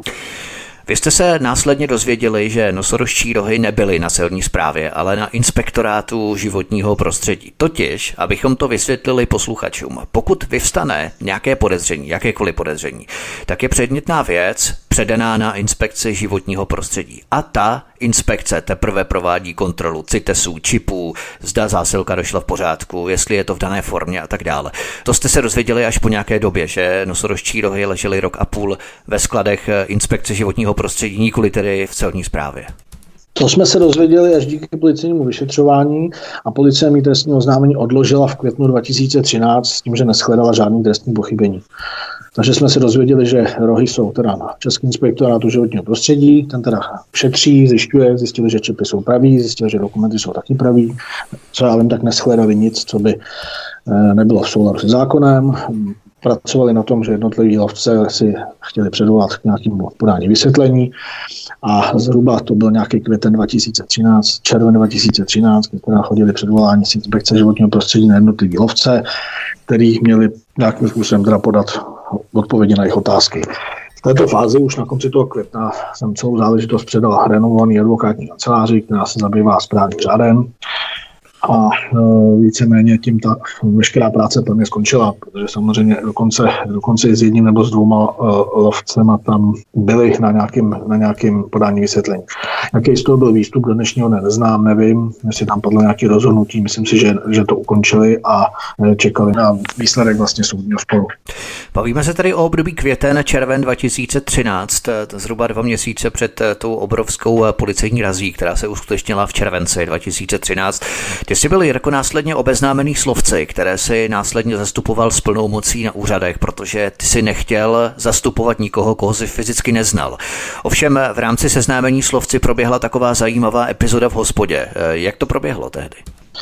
Vy jste se následně dozvěděli, že nosorožčí rohy nebyly na celní správě, ale na inspektorátu životního prostředí. Totiž, abychom to vysvětlili posluchačům, pokud vyvstane nějaké podezření, jakékoliv podezření, tak je předmětná věc předaná na inspekci životního prostředí. A ta inspekce teprve provádí kontrolu CITESů, čipů, zda zásilka došla v pořádku, jestli je to v dané formě a tak dále. To jste se dozvěděli až po nějaké době, že nosorožčí rohy ležely rok a půl ve skladech inspekce životního prostředí, nikoli tedy v celní správě. To jsme se dozvěděli až díky policejnímu vyšetřování a policie mi trestní oznámení odložila v květnu 2013 s tím, že neshledala žádný trestní pochybení. Takže jsme se dozvěděli, že rohy jsou teda na Českém inspektorátu životního prostředí, ten teda šetří, zjistili, že čipy jsou pravý, zjistili, že dokumenty jsou taky pravý, co já vím, tak neshledali nic, co by nebylo v souladu se zákonem. Pracovali na tom, že jednotliví lovce si chtěli předvolat k nějakému podání vysvětlení a zhruba to byl nějaký květen 2013, červen 2013, kdy teda chodili předvolání z inspekce životního prostředí na jednotliví lovce, který měli nějakým způsobem teda podat odpovědi na jejich otázky. V této fázi už na konci toho května jsem celou záležitost předal renomovaný advokátní kanceláři, která se zabývá správním řádem. A víceméně tím ta veškerá práce pro mě skončila, protože samozřejmě dokonce s jedním nebo s dvouma lovcema tam byli na nějakém podání vysvětlení. Jaký z toho byl výstup, do dnešního neznám, nevím, jestli tam padlo nějaké rozhodnutí, myslím si, že to ukončili a čekali na výsledek vlastně soudního sporu. Bavíme se tedy o období květen-červen 2013, zhruba 2 měsíce před tou obrovskou policejní razí, která se uskutečnila v červenci 2013. Ty jsi byl, Jirko, následně obeznámený s lovci, které si následně zastupoval s plnou mocí na úřadech, protože ty si nechtěl zastupovat nikoho, koho si fyzicky neznal. Ovšem v rámci seznámení s lovci proběhla taková zajímavá epizoda v hospodě. Jak to proběhlo tehdy?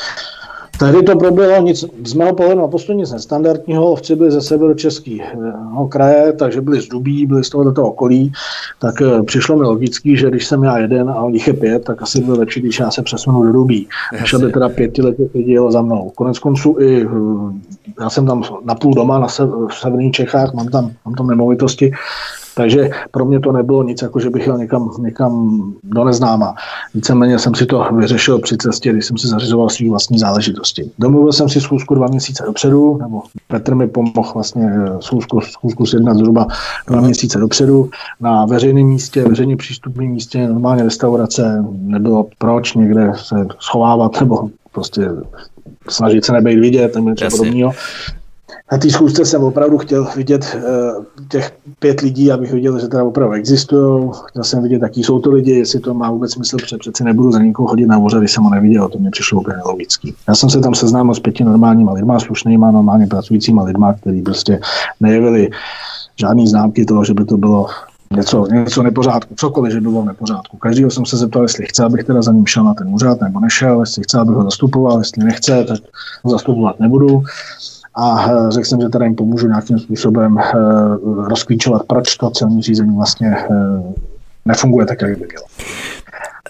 Tehdy to proběhlo z mého pohledu naprosto nic nestandardního. Lovci byli ze severočeského kraje, takže byli z Dubí, byli z tohoto okolí. Tak přišlo mi logický, že když jsem já jeden a o nich je 5, tak asi bylo lepší, když já se přesunu do Dubí. Než aby teda 5letě lidi jelo za mnou. Koneckonců i já jsem tam napůl doma v severních Čechách, mám tam nemovitosti. Takže pro mě to nebylo nic, jako že bych jel někam do neznáma. Víceméně jsem si to vyřešil při cestě, když jsem si zařizoval svý vlastní záležitosti. Domluvil jsem si schůzku 2 měsíce dopředu, nebo Petr mi pomohl vlastně schůzku sjednat zhruba 2 měsíce dopředu na veřejném místě, veřejně přístupném místě, normálně restaurace, nebylo proč někde se schovávat nebo prostě snažit se nebejt vidět, nebo něco podobného. Na té schůzce jsem opravdu chtěl vidět těch 5 lidí, abych viděl, že teda opravdu existují. Chtěl jsem vidět, jaký jsou to lidi, jestli to má vůbec smysl, protože přeci nebudu za nikoho chodit na úřad, když jsem ho neviděl, to mě přišlo úplně logický. Já jsem se tam seznámil s 5 normálníma lidma, slušnýma, normálně pracujícíma lidma, kteří prostě nejevili žádný známky toho, že by to bylo něco nepořádku, cokoliv, že bylo v nepořádku. Každýho jsem se zeptal, jestli chce, abych teda za ním šel na ten úřad, nebo nešel, jestli chce, abych ho zastupoval, jestli nechce, tak ho zastupovat nebudu. A řekl jsem, že teda jim pomůžu nějakým způsobem rozklíčovat, proč to celní řízení vlastně nefunguje tak, jak by mělo.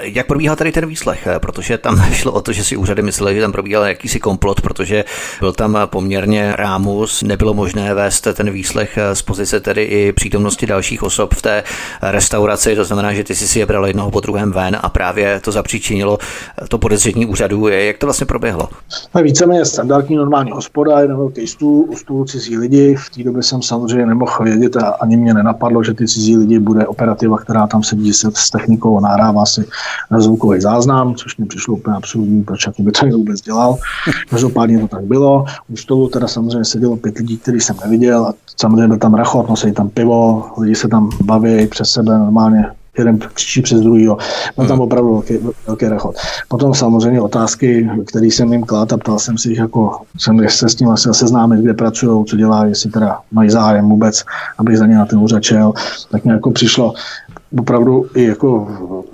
Jak probíhá tady ten výslech? Protože tam šlo o to, že si úřady mysleli, že tam probíhal jakýsi komplot, protože byl tam poměrně rámus, nebylo možné vést ten výslech z pozice tedy i přítomnosti dalších osob v té restauraci, to znamená, že ty si je bral jednoho po druhém ven a právě to zapříčinilo to podezření úřadu. Jak to vlastně proběhlo? Víceméně standardní normální hospoda, jeden velký stůl, u stůlu cizí lidi. V té době jsem samozřejmě nemohl vědět a ani mě nenapadlo, že ty cizí lidi bude operativa, která tam sedí s technikou a nahrává si zvukový záznam, což mi přišlo úplně absurdní, proč by to vůbec dělal. Každopádně to tak bylo. U stolu teda samozřejmě sedělo 5 lidí, který jsem neviděl a samozřejmě byl tam rachot, nosili tam pivo, lidi se tam baví přes sebe normálně. Jeden křičí přes druhýho. Byl tam opravdu velký rachot. Potom samozřejmě otázky, které jsem jim klad a ptal jsem si jich, jako jsem se s tím vlastně seznámit, kde pracují, co dělají, jestli teda mají zájem vůbec, abych za ně na ten úřad šel. Tak mě jako přišlo opravdu i jako,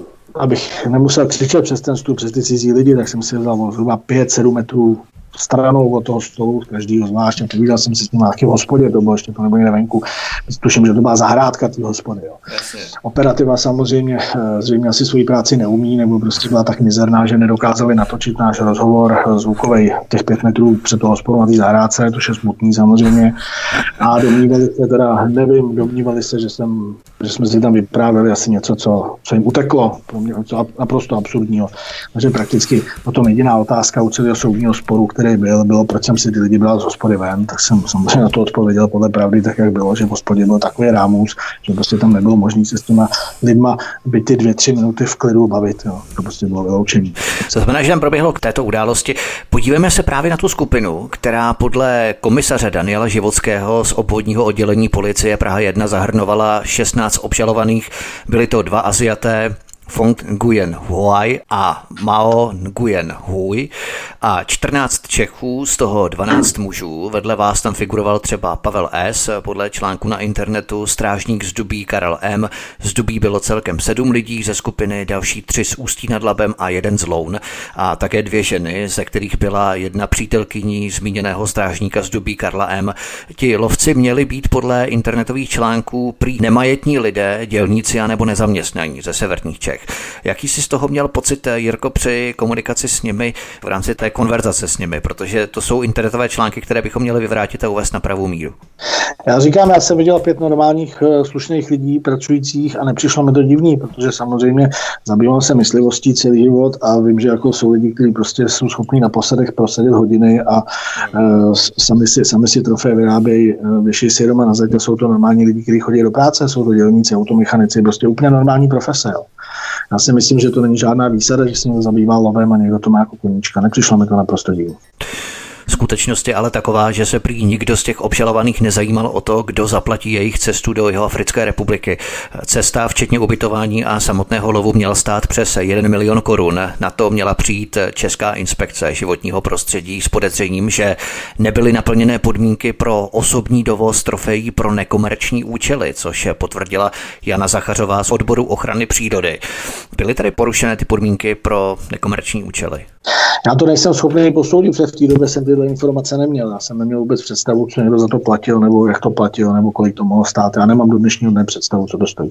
abych nemusel křičet přes ten stůl, přes ty cizí lidi, tak jsem si vzal zhruba 5-7 metrů stranou od toho stolu, každýho zvlášť. Povídal jsem si s ním nějaký v hospodě, to bylo ještě to nebo někde venku. Tuším, že to byla zahrádka té hospody. Jo. Operativa samozřejmě zřejmě asi svoji práci neumí, nebo prostě byla tak mizerná, že nedokázali natočit náš rozhovor zvukovej těch 5 metrů před toho hospodou na té zahrádce, to je smutný samozřejmě. A domnívali se teda, domnívali se, že jsme si tam vyprávěli asi něco, co jim uteklo, pro mě naprosto absurdního. Takže prakticky potom jediná otázka u celého soudního sporu, který bylo, proč jsem si ty lidi bral z hospody ven, tak jsem samozřejmě na to odpověděl podle pravdy, tak jak bylo, že v hospodě byl takový rámus, že prostě tam nebylo možné se s těma lidma by ty 2-3 minuty v klidu bavit. Jo. To prostě bylo vyloučení. To znamená, že tam proběhlo k této události. Podívejme se právě na tu skupinu, která podle komisaře Daniela Životského z obvodního oddělení policie Praha 1 zahrnovala 16 obžalovaných. Byli to 2 Aziaté, Fong Nguyen Huai a Mao Nguyen Hui a 14 Čechů, z toho 12 mužů. Vedle vás tam figuroval třeba Pavel S. Podle článku na internetu, strážník z Dubí Karel M. Z Dubí bylo celkem 7 lidí ze skupiny, další 3 z Ústí nad Labem a 1 z Loun a také 2 ženy, ze kterých byla jedna přítelkyní zmíněného strážníka z Dubí Karla M. Ti lovci měli být podle internetových článků prý nemajetní lidé, dělníci a nebo nezaměstnaní ze severních Čech. Jaký jsi z toho měl pocit, Jirko, při komunikaci s nimi v rámci té konverzace s nimi, protože to jsou internetové články, které bychom měli vyvrátit a uvést na pravou míru. Já jsem viděl 5 normálních slušných lidí pracujících a nepřišlo mi to divný, protože samozřejmě zabývám se myslivostí celý život a vím, že jako jsou lidi, kteří prostě jsou schopní na posadech prosadit hodiny a sami si trofé vyrábějí, věší si doma na zeď, jsou to normální lidi, kteří chodí do práce, jsou to dělníci, automechanici, prostě úplně normální profese. Jo. Já si myslím, že to není žádná výsada, že se někdo zabývá lovem a někdo to má jako koníčka. Nepřišlo mi to naprosto divné. Skutečnost je ale taková, že se prý nikdo z těch obžalovaných nezajímal o to, kdo zaplatí jejich cestu do Jihoafrické republiky. Cesta, včetně ubytování a samotného lovu, měla stát přes 1 milion korun. Na to měla přijít Česká inspekce životního prostředí s podezřením, že nebyly naplněné podmínky pro osobní dovoz trofejí pro nekomerční účely, což potvrdila Jana Zachařová z odboru ochrany přírody. Byly tady porušené ty podmínky pro nekomerční účely? Já to nejsem schopný posoudit, protože v té době jsem tyhle informace neměl. Já jsem neměl vůbec představu, co někdo za to platil, nebo jak to platil, nebo kolik to mohlo stát. Já nemám do dnešního dne představu, co to stojí.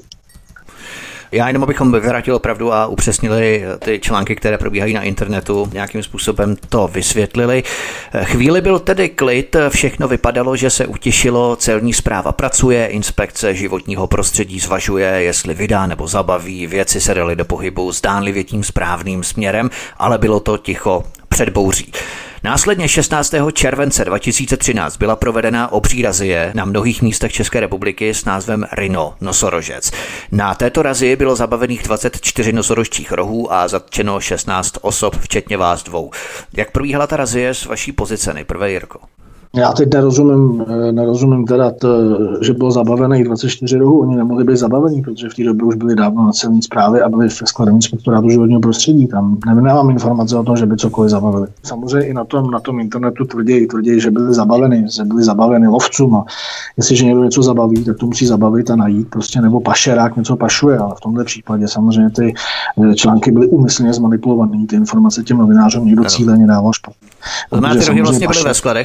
Já jenom abychom vyvrátili pravdu a upřesnili ty články, které probíhají na internetu, nějakým způsobem to vysvětlili. Chvíli byl tedy klid, všechno vypadalo, že se utěšilo, celní správa pracuje, inspekce životního prostředí zvažuje, jestli vydá nebo zabaví, věci se daly do pohybu zdánlivě tím správným směrem, ale bylo to ticho před bouří. Následně 16. července 2013 byla provedena obří razie na mnohých místech České republiky s názvem Rhino, nosorožec. Na této razii bylo zabavených 24 nosorožčích rohů a zatčeno 16 osob, včetně vás 2. Jak probíhala ta razie z vaší pozice? Nejprve Jirko. Já teď nerozumím teda, že bylo zabavených 24 rohů. Oni nemohli být zabavení, protože v té době už byli dávno na celní správě a byli v skladovém inspektorátu životního prostředí. Tam nemám informace o tom, že by cokoliv zabavili. Samozřejmě i na tom internetu tvrdí, že byli zabaveny lovcům. A jestliže někdo něco zabaví, tak to musí zabavit a najít prostě, nebo pašerák něco pašuje. Ale v tomhle případě samozřejmě ty články byly úmyslně zmanipulované. Ty informace těm novinářům někdo cíleně dával špatně. Ty rohy vlastně byly ve skladech, celou dobu byly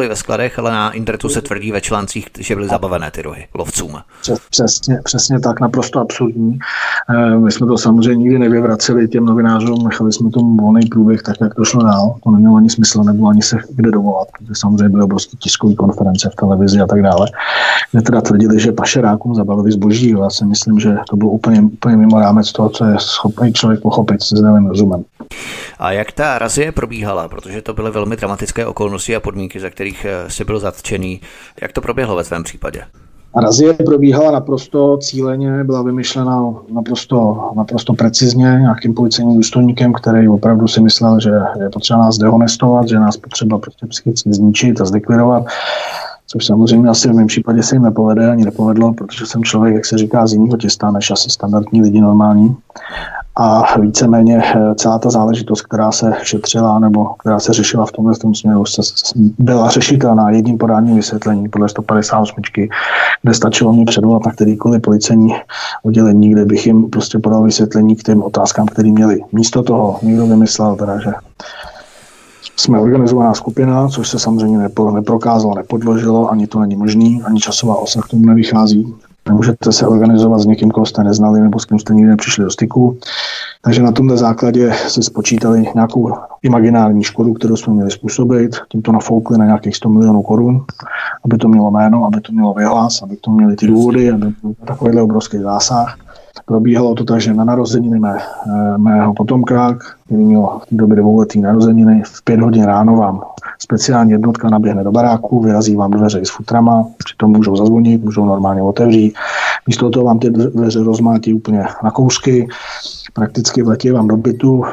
nebyly ve skladech, ale na internetu se tvrdí ve článcích, že byly zabavené ty rohy lovcům. Přesně tak, naprosto absurdní. My jsme to samozřejmě nikdy nevyvraceli těm novinářům, nechali jsme tomu volný průběh tak, jak to šlo dál. To nemělo ani smysl, nebylo ani se kde dovolat, protože samozřejmě byly obrovské tiskové konference v televizi a tak dále. Kde teda tvrdili, že pašerákům zabavili zboží. Já si myslím, že to bylo úplně mimo rámec toho, co je schopný člověk pochopit se zdravým rozumem. A jak ta razie probíhala? Protože to byly velmi dramatické okolnosti a podmínky, za kterých si byl zatčený. Jak to proběhlo ve tvém případě? Razie probíhala naprosto cíleně, byla vymyšlena naprosto precizně nějakým policejním důstojníkem, který opravdu si myslel, že je potřeba nás dehonestovat, že nás potřeba prostě psychicky zničit a zlikvidovat. Což samozřejmě asi v mém případě se jim nepovede, ani nepovedlo, protože jsem člověk, jak se říká, z jiného těsta, než asi standardní lidi normální. A víceméně celá ta záležitost, která se šetřila nebo která se řešila v tomhle směru, byla řešitelná jedním podáním vysvětlení podle 158, kde stačilo mě předvolat na kterýkoliv policejní oddělení, kde bych jim prostě podal vysvětlení k těm otázkám, které měli. Místo toho někdo vymyslel, teda, že jsme organizovaná skupina, což se samozřejmě neprokázalo, nepodložilo, ani to není možný, ani časová osa k tomu nevychází. Nemůžete se organizovat s někým, koho jste neznali nebo s kým jste nikdy nepřišli do styku. Takže na tomto základě se spočítali nějakou imaginární škodu, kterou jsme měli způsobit. Tím to nafoukli na nějakých 100 milionů korun, aby to mělo jméno, aby to mělo vyhlas, aby to měli ty důvody, aby to takovýhle obrovský zásah. Probíhalo to tak, že na narozeniny mého potomka, který měl v té době 2letý narozeniny, v 5 hodin ráno vám speciální jednotka naběhne do baráku, vyrazí vám dveře s futrama, přitom můžou zazvonit, můžou normálně otevřít. Místo toho vám ty dveře rozmátí úplně na kousky, prakticky vletí vám do bytu,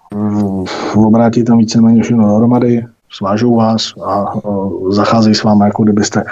obrátí tam víceméně všechno dohromady, svážou vás a zacházejí s vámi, jako kdybyste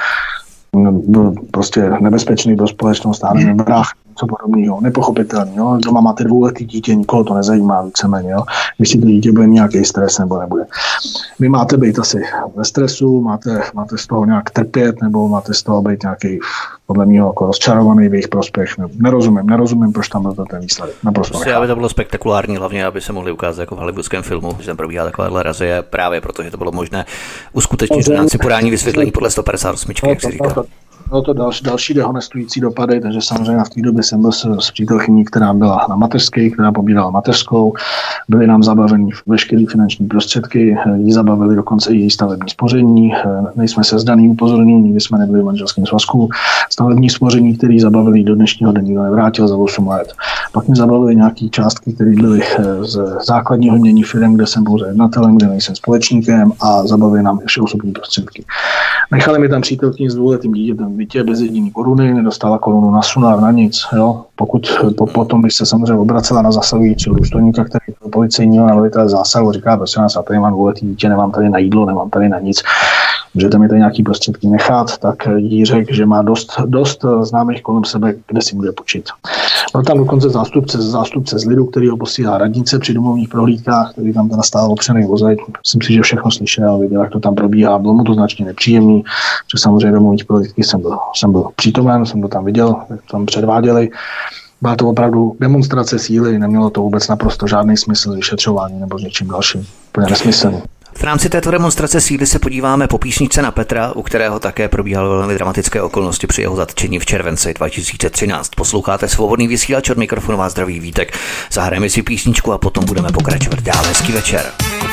byl prostě nebezpečný pro společnost, a nevím, vrah, co podobného, nepochopitelný. Jo? Doma máte 2letý dítě, nikoho to nezajímá víceméně, jo? Jestli to dítě bude nějaký stres nebo nebude. Vy máte být asi ve stresu, máte z toho nějak trpět, nebo máte z toho být nějaký, podle mého, jako rozčarovaný v jejich prospěch. Nerozumím, proč tam byl ten výsledek. Naprosto nechápu. Aby to bylo spektakulární, hlavně aby se mohli ukázat jako v hollywoodském filmu, že tam probíhá takováhle razie, právě protože to bylo možné uskutečnit v rámci podání vysvětlení podle 158, jak si říká. Bylo to další dehonestující dopady, takže samozřejmě v té době jsem byl s přítelkyní, která byla na mateřské, která pobírala mateřskou. Byly nám zabaveny veškeré finanční prostředky, jí zabavili dokonce i její stavební spoření. Nejsme sezdaný, upozornění, nikdy jsme nebyli v manželském svazku. Stavební spoření, který zabavili do dnešního dne, nikdo nevrátil za 8 let. Pak mi zabavili nějaké částky, které byly z základního mění firem, kde jsem pouze jednatelem, kde nejsem společníkem, a zabavili nám ještě osobní prostředky. Nechali mi tam přítelkyni s 2letým dítětem bytě bez jediný koruny, nedostala korunu na sunár, na nic. Jo? Potom, když se samozřejmě obracela na zasahujícího důstojníka, který byl policejního na velitel zásahu, říká, prosím nás, já tady mám 2letý dítě, nemám tady na jídlo, nemám tady na nic, můžete mi tady nějaký prostředky nechat, tak jí řekl, že má dost známých kolem sebe, kde si bude počít. Byl tam dokonce zástupce z lidu, který ho posílá radnice při domovních prohlídkách, který tam teda stál opřený vozek. Myslím si, že všechno slyšel, viděl, jak to tam probíhá, bylo mu to značně nepříjemný, že samozřejmě domovních prohlídky jsem byl přítomen, jsem to tam viděl, jak to tam předváděli. Byla to opravdu demonstrace síly, nemělo to vůbec naprosto žádný smysl vyšetřování nebo s něčím dalším. Úplně nesmyslný. V rámci této demonstrace síly se podíváme po písničce na Petra, u kterého také probíhaly velmi dramatické okolnosti při jeho zatčení v červenci 2013. Posloucháte Svobodný vysílač, od mikrofonu vás zdraví Vítek. Zahrajeme si písničku a potom budeme pokračovat dál. Hezký večer.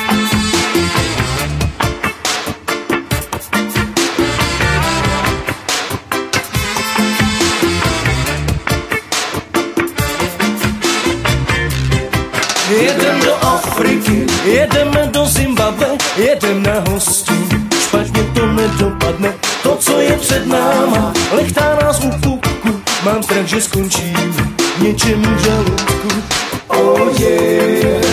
Jedem do Afriky, jedeme do Zimbabwe, jedem na hosti, špatně to nedopadne, to, co je před náma, lechtá nás u pupku, mám strach, že skončím v něčem v žaludku, oh yeah.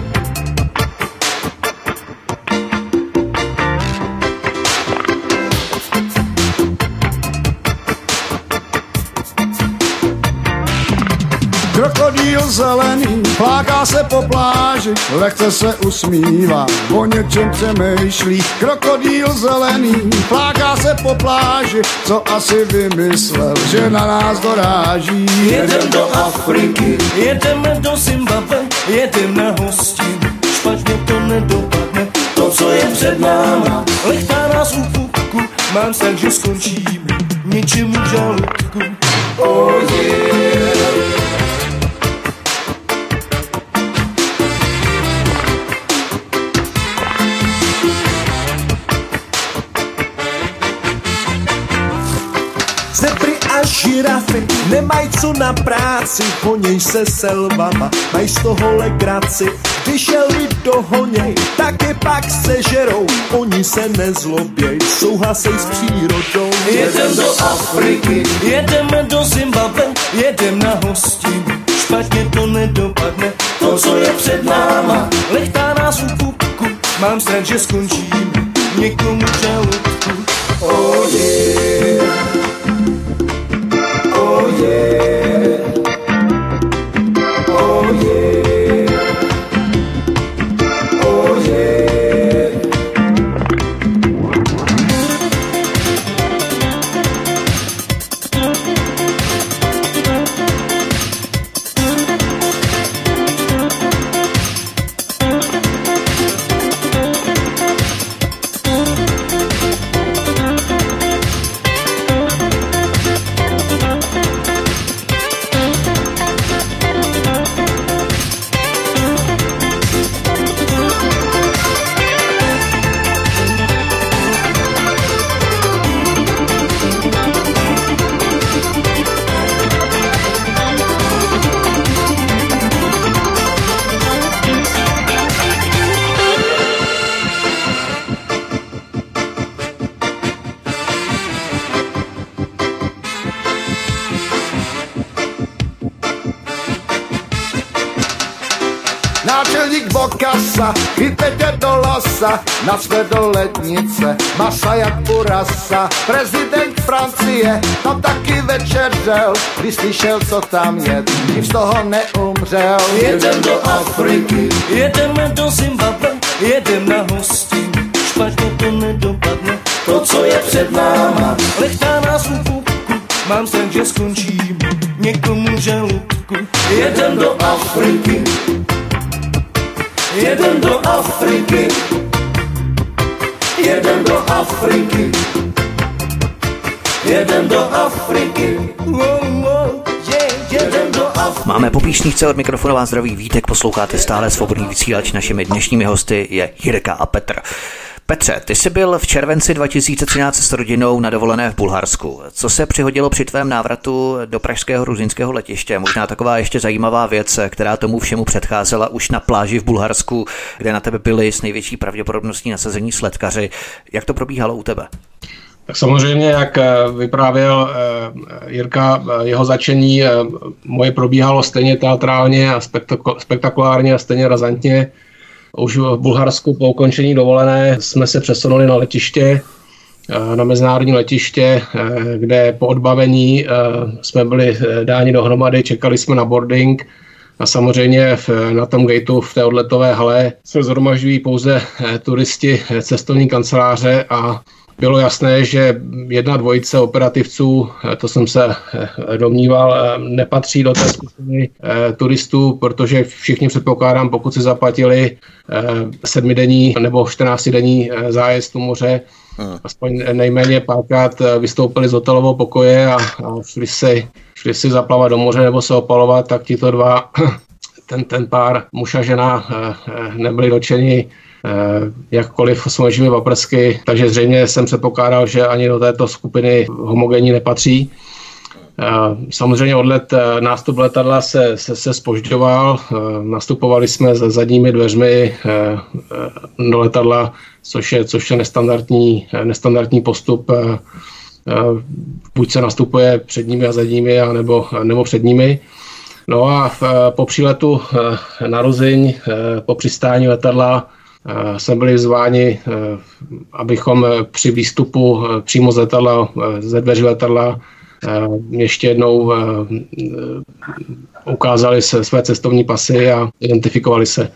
Krokodýl zelený pláká se po pláži, lehce se usmívá, o něčem přemýšlí. Krokodýl zelený pláká se po pláži, co asi vymyslel, že na nás doráží. Jedem do Afriky, jedeme do Zimbabwe, jedem na hostin, špatně to nedopadne, to, co je před náma, lechtá nás u mám strach, že skončím něčemu žaludku. Oh yeah. Zebry a žirafy nemají co na práci, honěj se selvama, mají z toho legraci. Když je lid dohoněj, tak je pak sežerou, oni se nezloběj, souhlasej s přírodou. Jedem do Afriky, jedeme do Zimbabwe, jedem na hostinu, špatně to nedopadne, to, co je před náma, lechtá nás u pupku, mám strach, že skončím někomu žaludku. Oh yeah. Oh yeah, oh yeah, oh yeah. Náčelník Bokasa chyte tě do losa, na své do lednice, masa jak u rasa. Prezident Francie tam taky večeřel, když slyšel, co tam je, tím z toho neumřel. Jedem do Afriky, jedeme do Zimbabwe, jedem na hostinu, špatně to nedopadne, to, co je před náma, lechtá nás u pupku, mám strach, že skončím někomu žaludku. Jedem do Afriky, jedem do Afriky, jedem do Afriky, jedem do Afriky, jedem do Afriky. Máme po píšničce od mikrofonu vás zdraví Vítek, posloucháte stále Svobodný vysílač, našimi dnešními hosty je Jirka a Petr. Petře, ty jsi byl v červenci 2013 s rodinou na dovolené v Bulharsku. Co se přihodilo při tvém návratu do pražského ruzyňského letiště? Možná taková ještě zajímavá věc, která tomu všemu předcházela už na pláži v Bulharsku, kde na tebe byli s největší pravděpodobností nasazení sledkaři. Jak to probíhalo u tebe? Tak samozřejmě, jak vyprávěl Jirka, jeho začení moje probíhalo stejně teatrálně a spektakulárně a stejně razantně. Už v Bulharsku po ukončení dovolené jsme se přesunuli na letiště, na mezinárodní letiště, kde po odbavení jsme byli dáni dohromady, čekali jsme na boarding a samozřejmě na tom gateu v té odletové hale se shromažďují pouze turisti cestovní kanceláře a bylo jasné, že jedna dvojice operativců, to jsem se domníval, nepatří do té skupiny turistů, protože všichni předpokládám, pokud si zaplatili 7denní nebo 14denní zájezd u moře, aspoň nejméně párkrát vystoupili z hotelového pokoje a šli si zaplavat do moře nebo se opalovat, tak tito dva, ten pár muž a žena nebyli dotčeni jakkoliv smažíme paprsky, takže zřejmě jsem předpokládal, že ani do této skupiny homogenní nepatří. Samozřejmě nástup letadla se zpožďoval, nastupovali jsme za zadními dveřmi do letadla, což je nestandardní postup. Buď se nastupuje před nimi a zadními, nebo před nimi. No a po příletu na Ruzyň, po přistání letadla, jsme byli zváni, abychom při výstupu přímo z letadla, ze dveří letadla, ještě jednou ukázali své cestovní pasy a identifikovali se.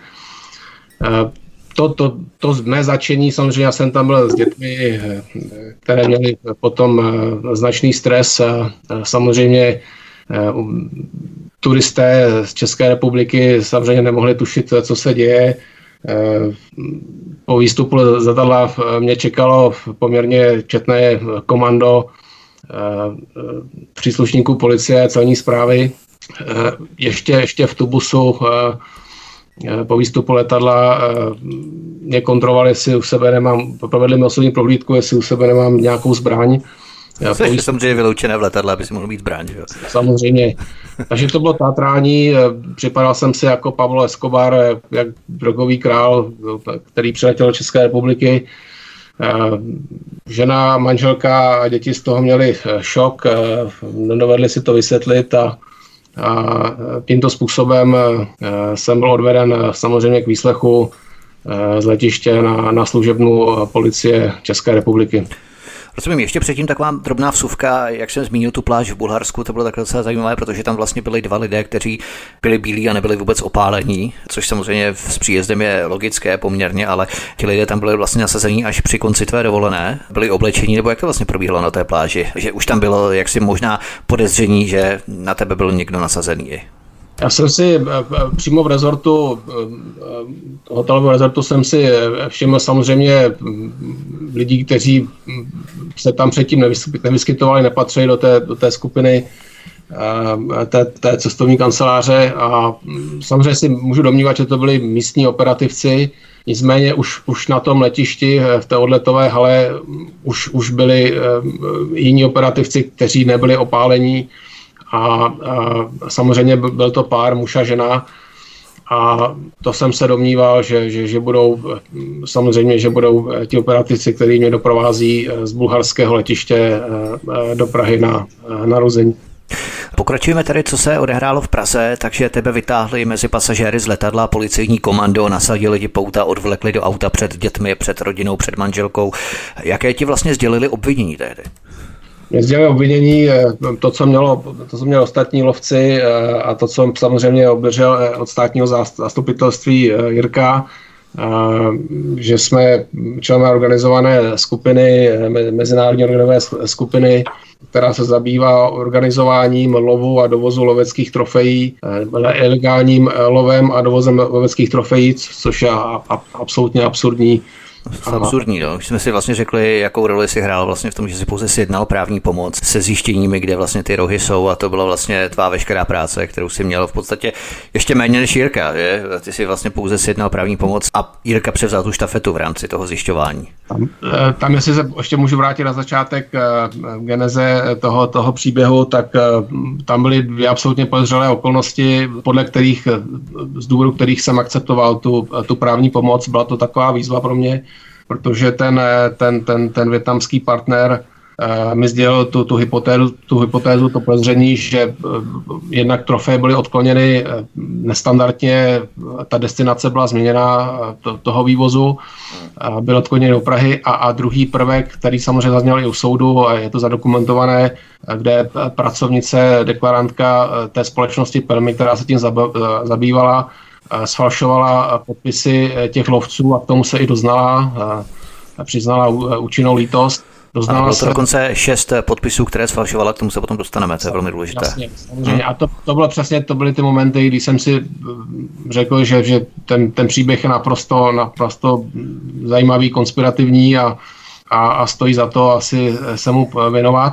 To mé začení, samozřejmě já jsem tam byl s dětmi, které měly potom značný stres. Samozřejmě turisté z České republiky samozřejmě nemohli tušit, co se děje. Po výstupu letadla mě čekalo poměrně četné komando příslušníků policie, celní správy. Ještě v tubusu po výstupu letadla mě kontrolovali, jestli u sebe nemám, provedli mi osobní prohlídku, jestli u sebe nemám nějakou zbraň. Což samozřejmě vyloučené v letadle, aby si mohl mít zbraň. Že? Samozřejmě. Takže to bylo tátrání, připadal jsem si jako Pablo Escobar, jak drogový král, který přiletěl do České republiky. Žena, manželka a děti z toho měli šok, nedovedli si to vysvětlit a tímto způsobem jsem byl odveden samozřejmě k výslechu z letiště na služebnu policie České republiky. Rozumím, ještě předtím taková drobná vsuvka, jak jsem zmínil tu pláž v Bulharsku, to bylo takhle docela zajímavé, protože tam vlastně byli dva lidé, kteří byli bílí a nebyli vůbec opálení, což samozřejmě s příjezdem je logické poměrně, ale ti lidé tam byli vlastně nasazení až při konci tvé dovolené, byli oblečení, nebo jak to vlastně probíhalo na té pláži, že už tam bylo jaksi možná podezření, že na tebe byl někdo nasazený. Já jsem si přímo v rezortu, hotelového rezortu jsem si všiml samozřejmě lidí, kteří se tam předtím nevyskytovali, nepatřili do té skupiny té cestovní kanceláře a samozřejmě si můžu domnívat, že to byli místní operativci, nicméně už na tom letišti v té odletové hale už byli jiní operativci, kteří nebyli opálení. A samozřejmě byl to pár, muž a žena, a to jsem se domníval, že budou samozřejmě, že budou ti operativci, kteří mě doprovází z bulharského letiště do Prahy na Ruzyň. Pokračujeme tady, co se odehrálo v Praze, takže tebe vytáhli mezi pasažéry z letadla policejní komando, nasadili ti pouta, odvlekli do auta před dětmi, před rodinou, před manželkou. Jaké ti vlastně sdělili obvinění tehdy? Mě sdělili obvinění to, co měli ostatní lovci a to, co samozřejmě obdržel od státního zastupitelství Jirka, že jsme členové organizované skupiny, mezinárodní organizované skupiny, která se zabývá organizováním lovu a dovozu loveckých trofejí, ilegálním lovem a dovozem loveckých trofejí, což je absolutně absurdní. Absurdní, no. Už jsme si vlastně řekli, jakou roli si hrál vlastně v tom, že si pouze sjednal právní pomoc se zjištěními, kde vlastně ty rohy jsou, a to byla vlastně tvá veškerá práce, kterou si měl v podstatě ještě méně než Jirka, že? Ty si vlastně pouze sjednal právní pomoc a Jirka převzal tu štafetu v rámci toho zjišťování. Tam jestli se ještě můžu vrátit na začátek geneze toho příběhu, tak tam byly dvě absolutně podezřelé okolnosti, podle kterých, z důvodu kterých jsem akceptoval tu právní pomoc. Byla to taková výzva pro mě, protože ten vietnamský partner mi sdělil tu hypotézu, to podezření, že jednak trofeje byly odkloněny nestandardně, ta destinace byla změněna toho vývozu, byl odkloněn do Prahy a druhý prvek, který samozřejmě zazněl i u soudu a je to zadokumentované, kde pracovnice, deklarantka té společnosti Pelmy, která se tím zabývala, sfalšovala podpisy těch lovců a k tomu se i doznala, přiznala účinnou lítost. Bylo to dokonce 6 podpisů, které sfalšovala, k tomu se potom dostaneme, to je velmi důležité. Jasně, samozřejmě. A to byly ty momenty, kdy jsem si řekl, že ten příběh je naprosto zajímavý, konspirativní a stojí za to asi se mu věnovat.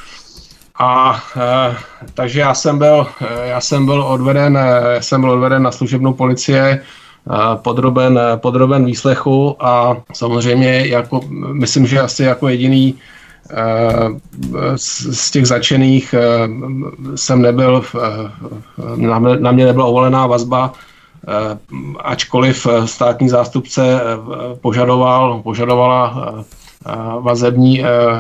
Takže já jsem byl odveden na služebnou policie, podroben výslechu a samozřejmě myslím, že asi jako jediný z těch začených jsem nebyl, na mě nebyla uvolená vazba, ačkoliv státní zástupce požadovala vazební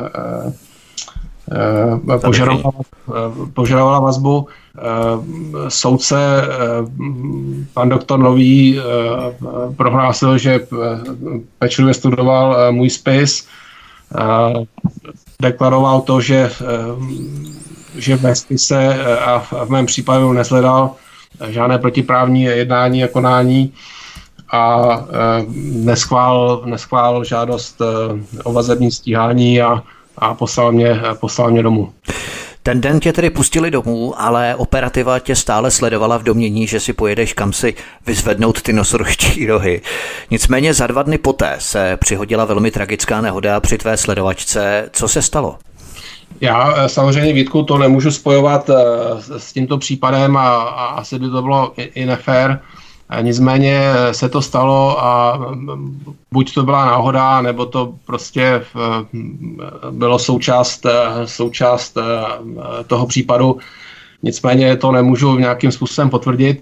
požadovala vazbu. Soudce, pan doktor Nový, prohlásil, že pečlivě studoval můj spis, deklaroval to, že ve spise a v mém případu nesledal žádné protiprávní jednání a konání a neschválil žádost o vazební stíhání a poslal mě domů. Ten den tě tedy pustili domů, ale operativa tě stále sledovala v domnění, že si pojedeš kam si vyzvednout ty nosorožčí rohy. Nicméně za 2 dny poté se přihodila velmi tragická nehoda při tvé sledovačce. Co se stalo? Já samozřejmě, Vítku, to nemůžu spojovat s tímto případem a asi by to bylo i nefér. Nicméně se to stalo a buď to byla náhoda, nebo to prostě bylo součást toho případu. Nicméně to nemůžu nějakým způsobem potvrdit.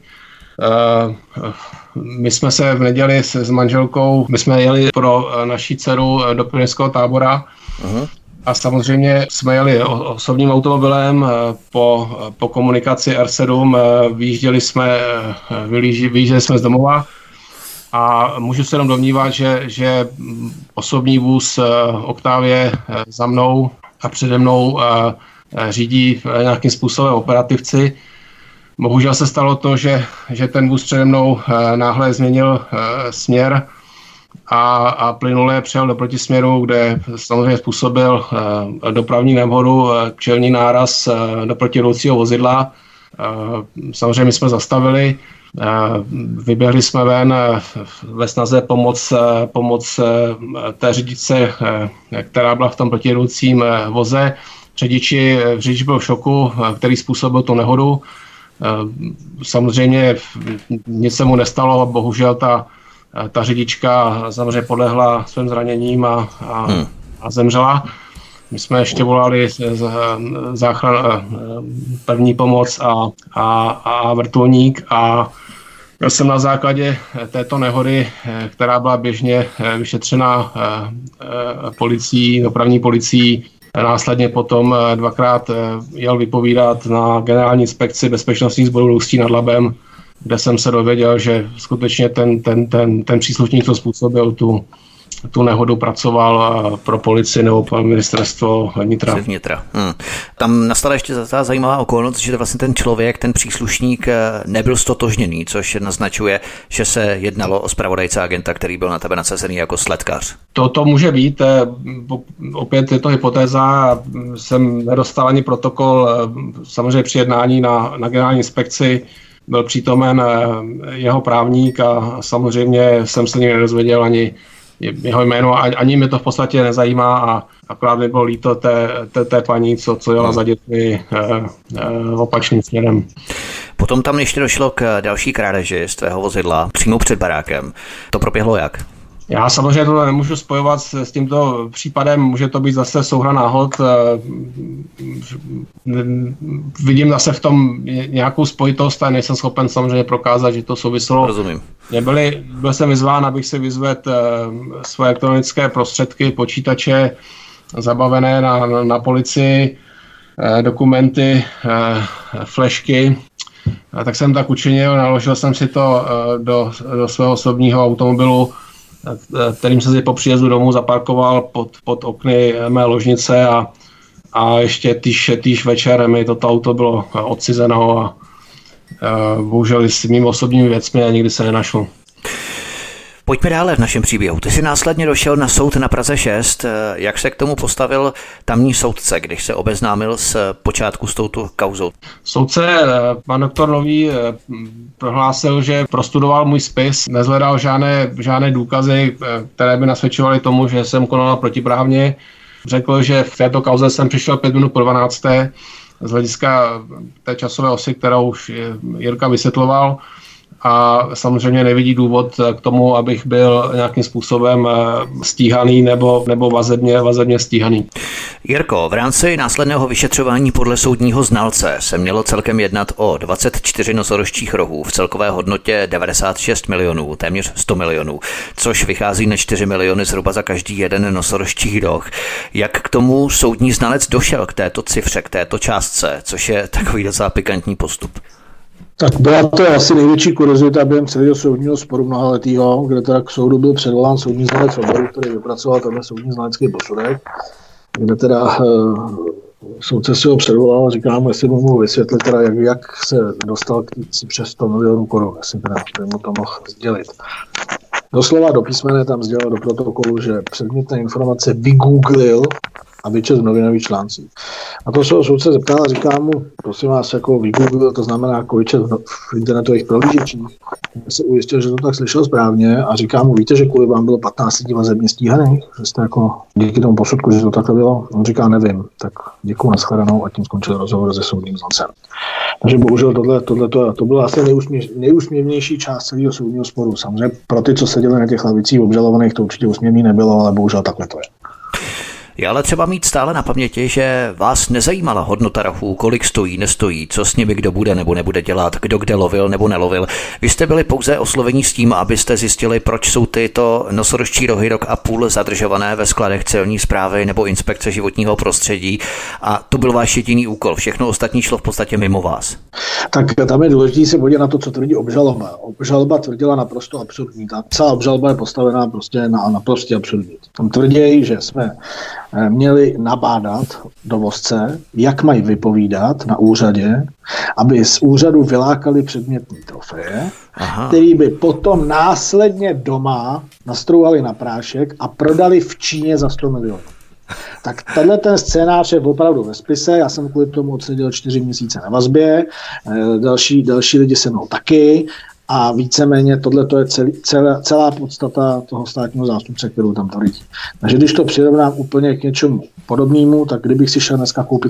My jsme se v neděli s manželkou, my jsme jeli pro naši dceru do pionýrského tábora. Uh-huh. A samozřejmě jsme jeli osobním automobilem po komunikaci R7, vyjížděli jsme z domova a můžu se jenom domnívat, že osobní vůz Octavie za mnou a přede mnou řídí nějakým způsobem operativci. Bohužel se stalo to, že ten vůz přede mnou náhle změnil směr a plynule přijel do protisměru, kde samozřejmě způsobil dopravní nehodu, čelní náraz do protijedoucího vozidla. Samozřejmě my jsme zastavili, vyběhli jsme ven ve snaze pomoc té řidičce, která byla v tom protijedoucím voze. Řidič byl v šoku, který způsobil tu nehodu. Samozřejmě nic se mu nestalo a bohužel ta řidička samozřejmě podlehla svým zraněním a zemřela. My jsme ještě volali první pomoc a vrtulník a byl jsem na základě této nehody, která byla běžně vyšetřena policií, dopravní policií, následně potom 2krát jel vypovídat na Generální inspekci bezpečnostních sborů Ústí nad Labem, kde jsem se dověděl, že skutečně ten příslušník, co způsobil tu nehodu, pracoval pro policii nebo pro ministerstvo vnitra. Tam nastala ještě ta zajímavá okolnost, že vlastně ten člověk, ten příslušník nebyl stotožněný, což naznačuje, že se jednalo o zpravodajce agenta, který byl na tebe nasazený jako sledkař. To může být, opět je to hypotéza, jsem nedostal ani protokol, samozřejmě při jednání na Generální inspekci byl přítomen jeho právník a samozřejmě jsem se nikdy nedozvěděl ani jeho jméno, ani mě to v podstatě nezajímá a akorát mi bylo líto té paní, co jela za dětmi opačným směrem. Potom tam ještě došlo k další krádeži z tvého vozidla přímo před barákem. To proběhlo jak? Já samozřejmě to nemůžu spojovat s tímto případem, může to být zase souhra náhod. Vidím zase v tom nějakou spojitost a nejsem schopen samozřejmě prokázat, že to souviselo. Rozumím. Byl jsem vyzván, abych si vyzvedl svoje elektronické prostředky, počítače zabavené na policii, dokumenty, flešky. Tak jsem tak učinil, naložil jsem si to do svého osobního automobilu, kterým jsem si po příjezdu domů zaparkoval pod okny mé ložnice a ještě týž večer mi toto auto bylo odcizeno a bohužel s mými osobními věcmi a nikdy se nenašlo. Pojďme dále v našem příběhu. Ty jsi následně došel na soud na Praze 6. Jak se k tomu postavil tamní soudce, když se obeznámil s počátku s touto kauzou? Soudce, pan doktor Nový, prohlásil, že prostudoval můj spis, nezhledal žádné důkazy, které by nasvědčovaly tomu, že jsem konal protiprávně. Řekl, že v této kauze jsem přišel 5 minut po 12. z hlediska té časové osy, kterou už Jirka vysvětloval. A samozřejmě nevidí důvod k tomu, abych byl nějakým způsobem stíhaný nebo vazebně stíhaný. Jirko, v rámci následného vyšetřování podle soudního znalce se mělo celkem jednat o 24 nosorožčích rohů v celkové hodnotě 96 milionů, téměř 100 milionů, což vychází na 4 miliony zhruba za každý jeden nosorožčí roh. Jak k tomu soudní znalec došel k této cifře, k této částce, což je takový docela pikantní postup? Tak byla to asi největší kuriozita během celého soudního sporu mnohaletýho, kde teda k soudu byl předvolán soudní znalec oboru, který vypracoval tenhle soudní znalecký posudek, kde teda soudce si ho předvolal a říká mu, jestli mu vysvětlit, teda jak se dostal k cifře 100 milionů korun, jestli teda mu to mohl sdělit. Doslova do písmene tam sdělal do protokolu, že předmětné informace vygooglil a vyčet v novinových článcích. A to se soudce zeptal a říká mu, prosím vás, jako vygooglil, to znamená jako vyčet v internetových prohlížečích. Já se ujistil, že to tak slyšel správně a říká mu, víte, že kvůli vám bylo 15 lidí vazebně stíhaných, že jste jako díky tomu posudku, že to takhle bylo. On říká, nevím, tak děkuju, nashledanou a tím skončil rozhovor se soudním znalcem. Takže bohužel to byla asi nejúsměvnější část celého soudního sporu. Samozřejmě pro ty, co seděli na těch lavicích obžalovaných, to určitě úsměvný nebylo, ale bohužel takhle to je. Je ale třeba mít stále na paměti, že vás nezajímala hodnota rachů, kolik stojí, nestojí, co s nimi kdo bude nebo nebude dělat, kdo kde lovil nebo nelovil. Vy jste byli pouze oslovení s tím, abyste zjistili, proč jsou tyto nosorožčí rohy rok a půl zadržované ve skladech celní správy nebo inspekce životního prostředí a to byl váš jediný úkol. Všechno ostatní šlo v podstatě mimo vás. Tak tam je důležité se podívat na to, co tvrdí obžaloba. Obžaloba tvrdila naprosto absurdní. Ta celá obžaloba je postavená prostě na naprosto absurdní. Tam tvrdí, že jsme měli nabádat dovozce, jak mají vypovídat na úřadě, aby z úřadu vylákali předmětní trofeje, který by potom následně doma nastrouhali na prášek a prodali v Číně za 100 milionů. Tak tenhle ten scénář je opravdu ve spise, já jsem kvůli tomu odseděl 4 měsíce na vazbě, další lidi se mnou taky a víceméně tohle je celá podstata toho státního zástupce, kterou tam tvrdí. Takže když to přirovnám úplně k něčemu podobnému, tak kdybych si šel dneska koupit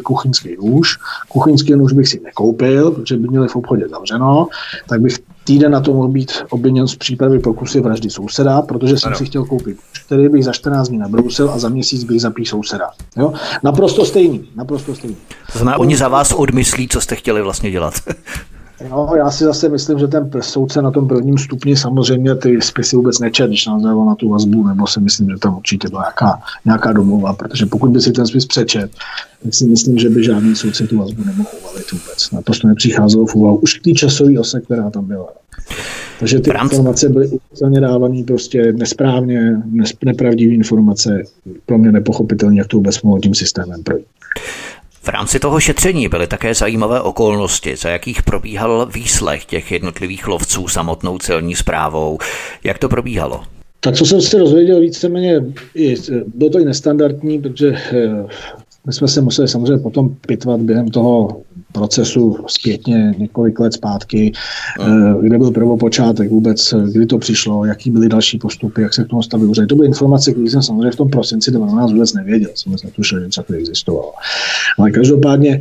kuchyňský nůž bych si nekoupil, protože by měli v obchodě zavřeno, tak bych týden na to mohl být obviněn z přípravy pokusy vraždy souseda, protože jsem si chtěl koupit, který bych za 14 dní nabrousil a za měsíc bych zapíš souseda. Jo? Naprosto stejný. To znamená, oni za vás odmyslí, co jste chtěli vlastně dělat. No, já si zase myslím, že ten soudce na tom prvním stupni samozřejmě ty spisy vůbec nečet, když nás dával na tu vazbu, nebo si myslím, že tam určitě byla nějaká domluva, protože pokud by si ten spis přečet, tak si myslím, že by žádný soudce tu vazbu nemohl uvalit vůbec. Naprosto nepřicházelo v úvahu už k té časové ose, která tam byla. Takže ty informace byly úplně dávané prostě nesprávně, nepravdivé informace, pro mě nepochopitelné, jak to vůbec mohlo tím systémem projít. V rámci toho šetření byly také zajímavé okolnosti, za jakých probíhal výslech těch jednotlivých lovců samotnou celní správou. Jak to probíhalo? Tak co jsem se dozvěděl víceméně, bylo to i nestandardní, protože my jsme se museli samozřejmě potom pitvat během toho procesu zpětně několik let zpátky, kde byl prvopočátek vůbec, kdy to přišlo, jaký byly další postupy, jak se k tomu stavili úřady. To byly informace, které jsem samozřejmě v tom prosinci 2012 vůbec nevěděl, jsem vůbec netušil, že něco takového existovalo. Ale každopádně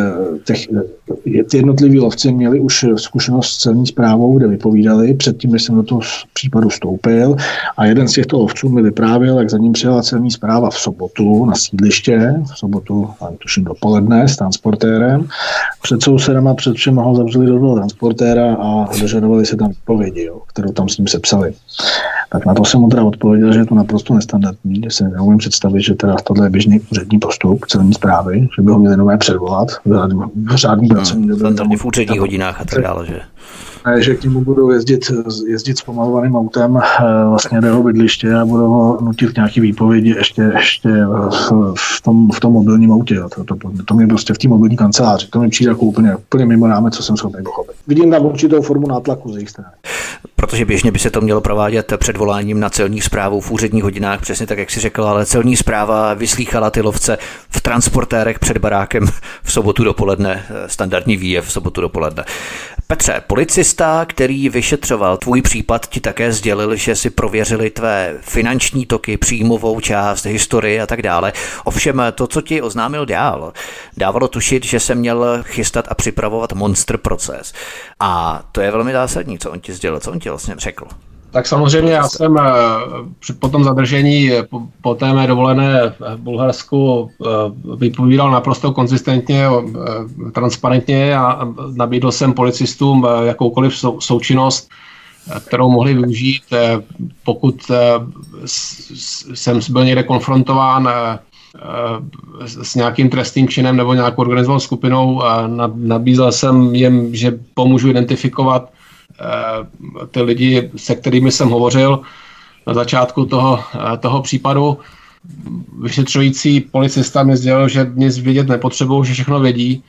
ty jednotliví lovci měli už zkušenost s celní správou, kde vypovídali předtím, než jsem do toho případu vstoupil a jeden z těchto lovců mi vyprávěl, jak za ním přijela celní správa v sobotu na sídliště, v sobotu, tuším dopoledne, s transportérem. Před sousedem a před všem ho zavřeli do toho transportéra a dožadovali se tam výpovědi, kterou tam s ním sepsali. Tak na to jsem mu teda odpověděl, že je to naprosto nestandardní, že se neumím představit, že teda tohle je běžný úřední postup celní správy, že by ho měli nové předvolat v řádný pracovní době. Tam v úředních hodinách a tak dále, že? Že k němu budou jezdit s pomalovaným autem vlastně do jeho bydliště a budou ho nutit nějaký výpovědi ještě v tom mobilním autě. To mě prostě v té mobilní kanceláři. To mi přijde jako úplně mimo rámec, co jsem schopný pochopit. Vidím tam určitou formu nátlaku z jejich strany. Protože běžně by se to mělo provádět předvoláním na celní správu v úředních hodinách, přesně tak, jak si řekl, ale celní správa vyslýchala ty lovce v transportérech před barákem v sobotu dopoledne, standardní výjev v sobotu dopoledne. Petře, policista, který vyšetřoval tvůj případ, ti také sdělil, že si prověřili tvé finanční toky, příjmovou část, historii a tak dále. Ovšem to, co ti oznámil dál, dávalo tušit, že se měl chystat a připravovat monster proces. A to je velmi zásadní, co on ti sdělil, co on ti vlastně řekl. Tak samozřejmě já jsem po tom zadržení, po té mé dovolené v Bulharsku vypovídal naprosto konzistentně, transparentně a nabídl jsem policistům jakoukoliv součinnost, kterou mohli využít, pokud jsem byl někde konfrontován s nějakým trestným činem nebo nějakou organizovanou skupinou. Nabízel jsem jim, že pomůžu identifikovat ty lidi, se kterými jsem hovořil na začátku toho případu. Vyšetřující policista mi sdělil, že nic vědět nepotřebují, že všechno vědí.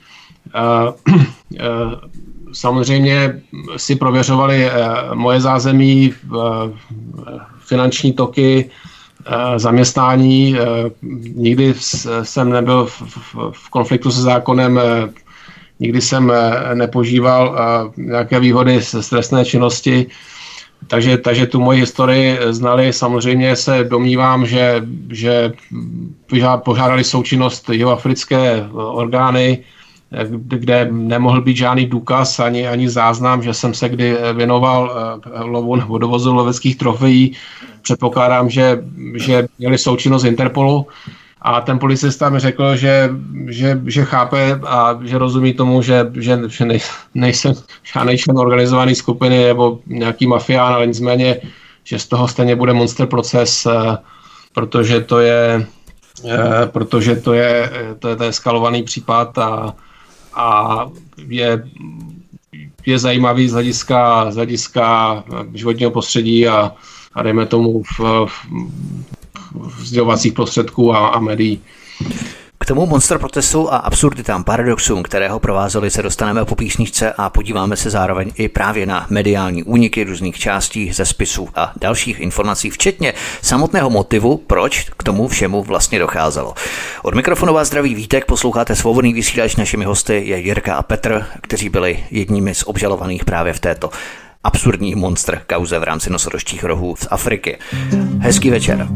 Samozřejmě si prověřovali moje zázemí, finanční toky, zaměstnání. Nikdy jsem nebyl v konfliktu se zákonem, nikdy jsem nepožíval nějaké výhody z trestné činnosti, takže tu moji historii znali. Samozřejmě se domnívám, že požádali součinnost jihoafrické orgány, kde nemohl být žádný důkaz ani záznam, že jsem se kdy věnoval lovu nebo dovozu loveckých trofejí. Předpokládám, že měli součinnost Interpolu a ten policista mi řekl, že chápe a že rozumí tomu, že nejsem žádný člen organizované skupiny nebo nějaký mafián, ale nicméně, že z toho stejně bude monster proces, protože to je eskalovaný případ a je zajímavý z hlediska životního prostředí a dejme tomu v sdělovacích prostředků a médií. K tomu monster procesu a absurditám, paradoxům, které ho provázely, se dostaneme po písničce a podíváme se zároveň i právě na mediální úniky různých částí ze spisů a dalších informací, včetně samotného motivu, proč k tomu všemu vlastně docházelo. Od mikrofonu vás zdraví Vítek, posloucháte Svobodný vysílač, našimi hosty je Jirka a Petr, kteří byli jedními z obžalovaných právě v této absurdní monster kauze v rámci nosorožčích rohů z Afriky. Hezký večer.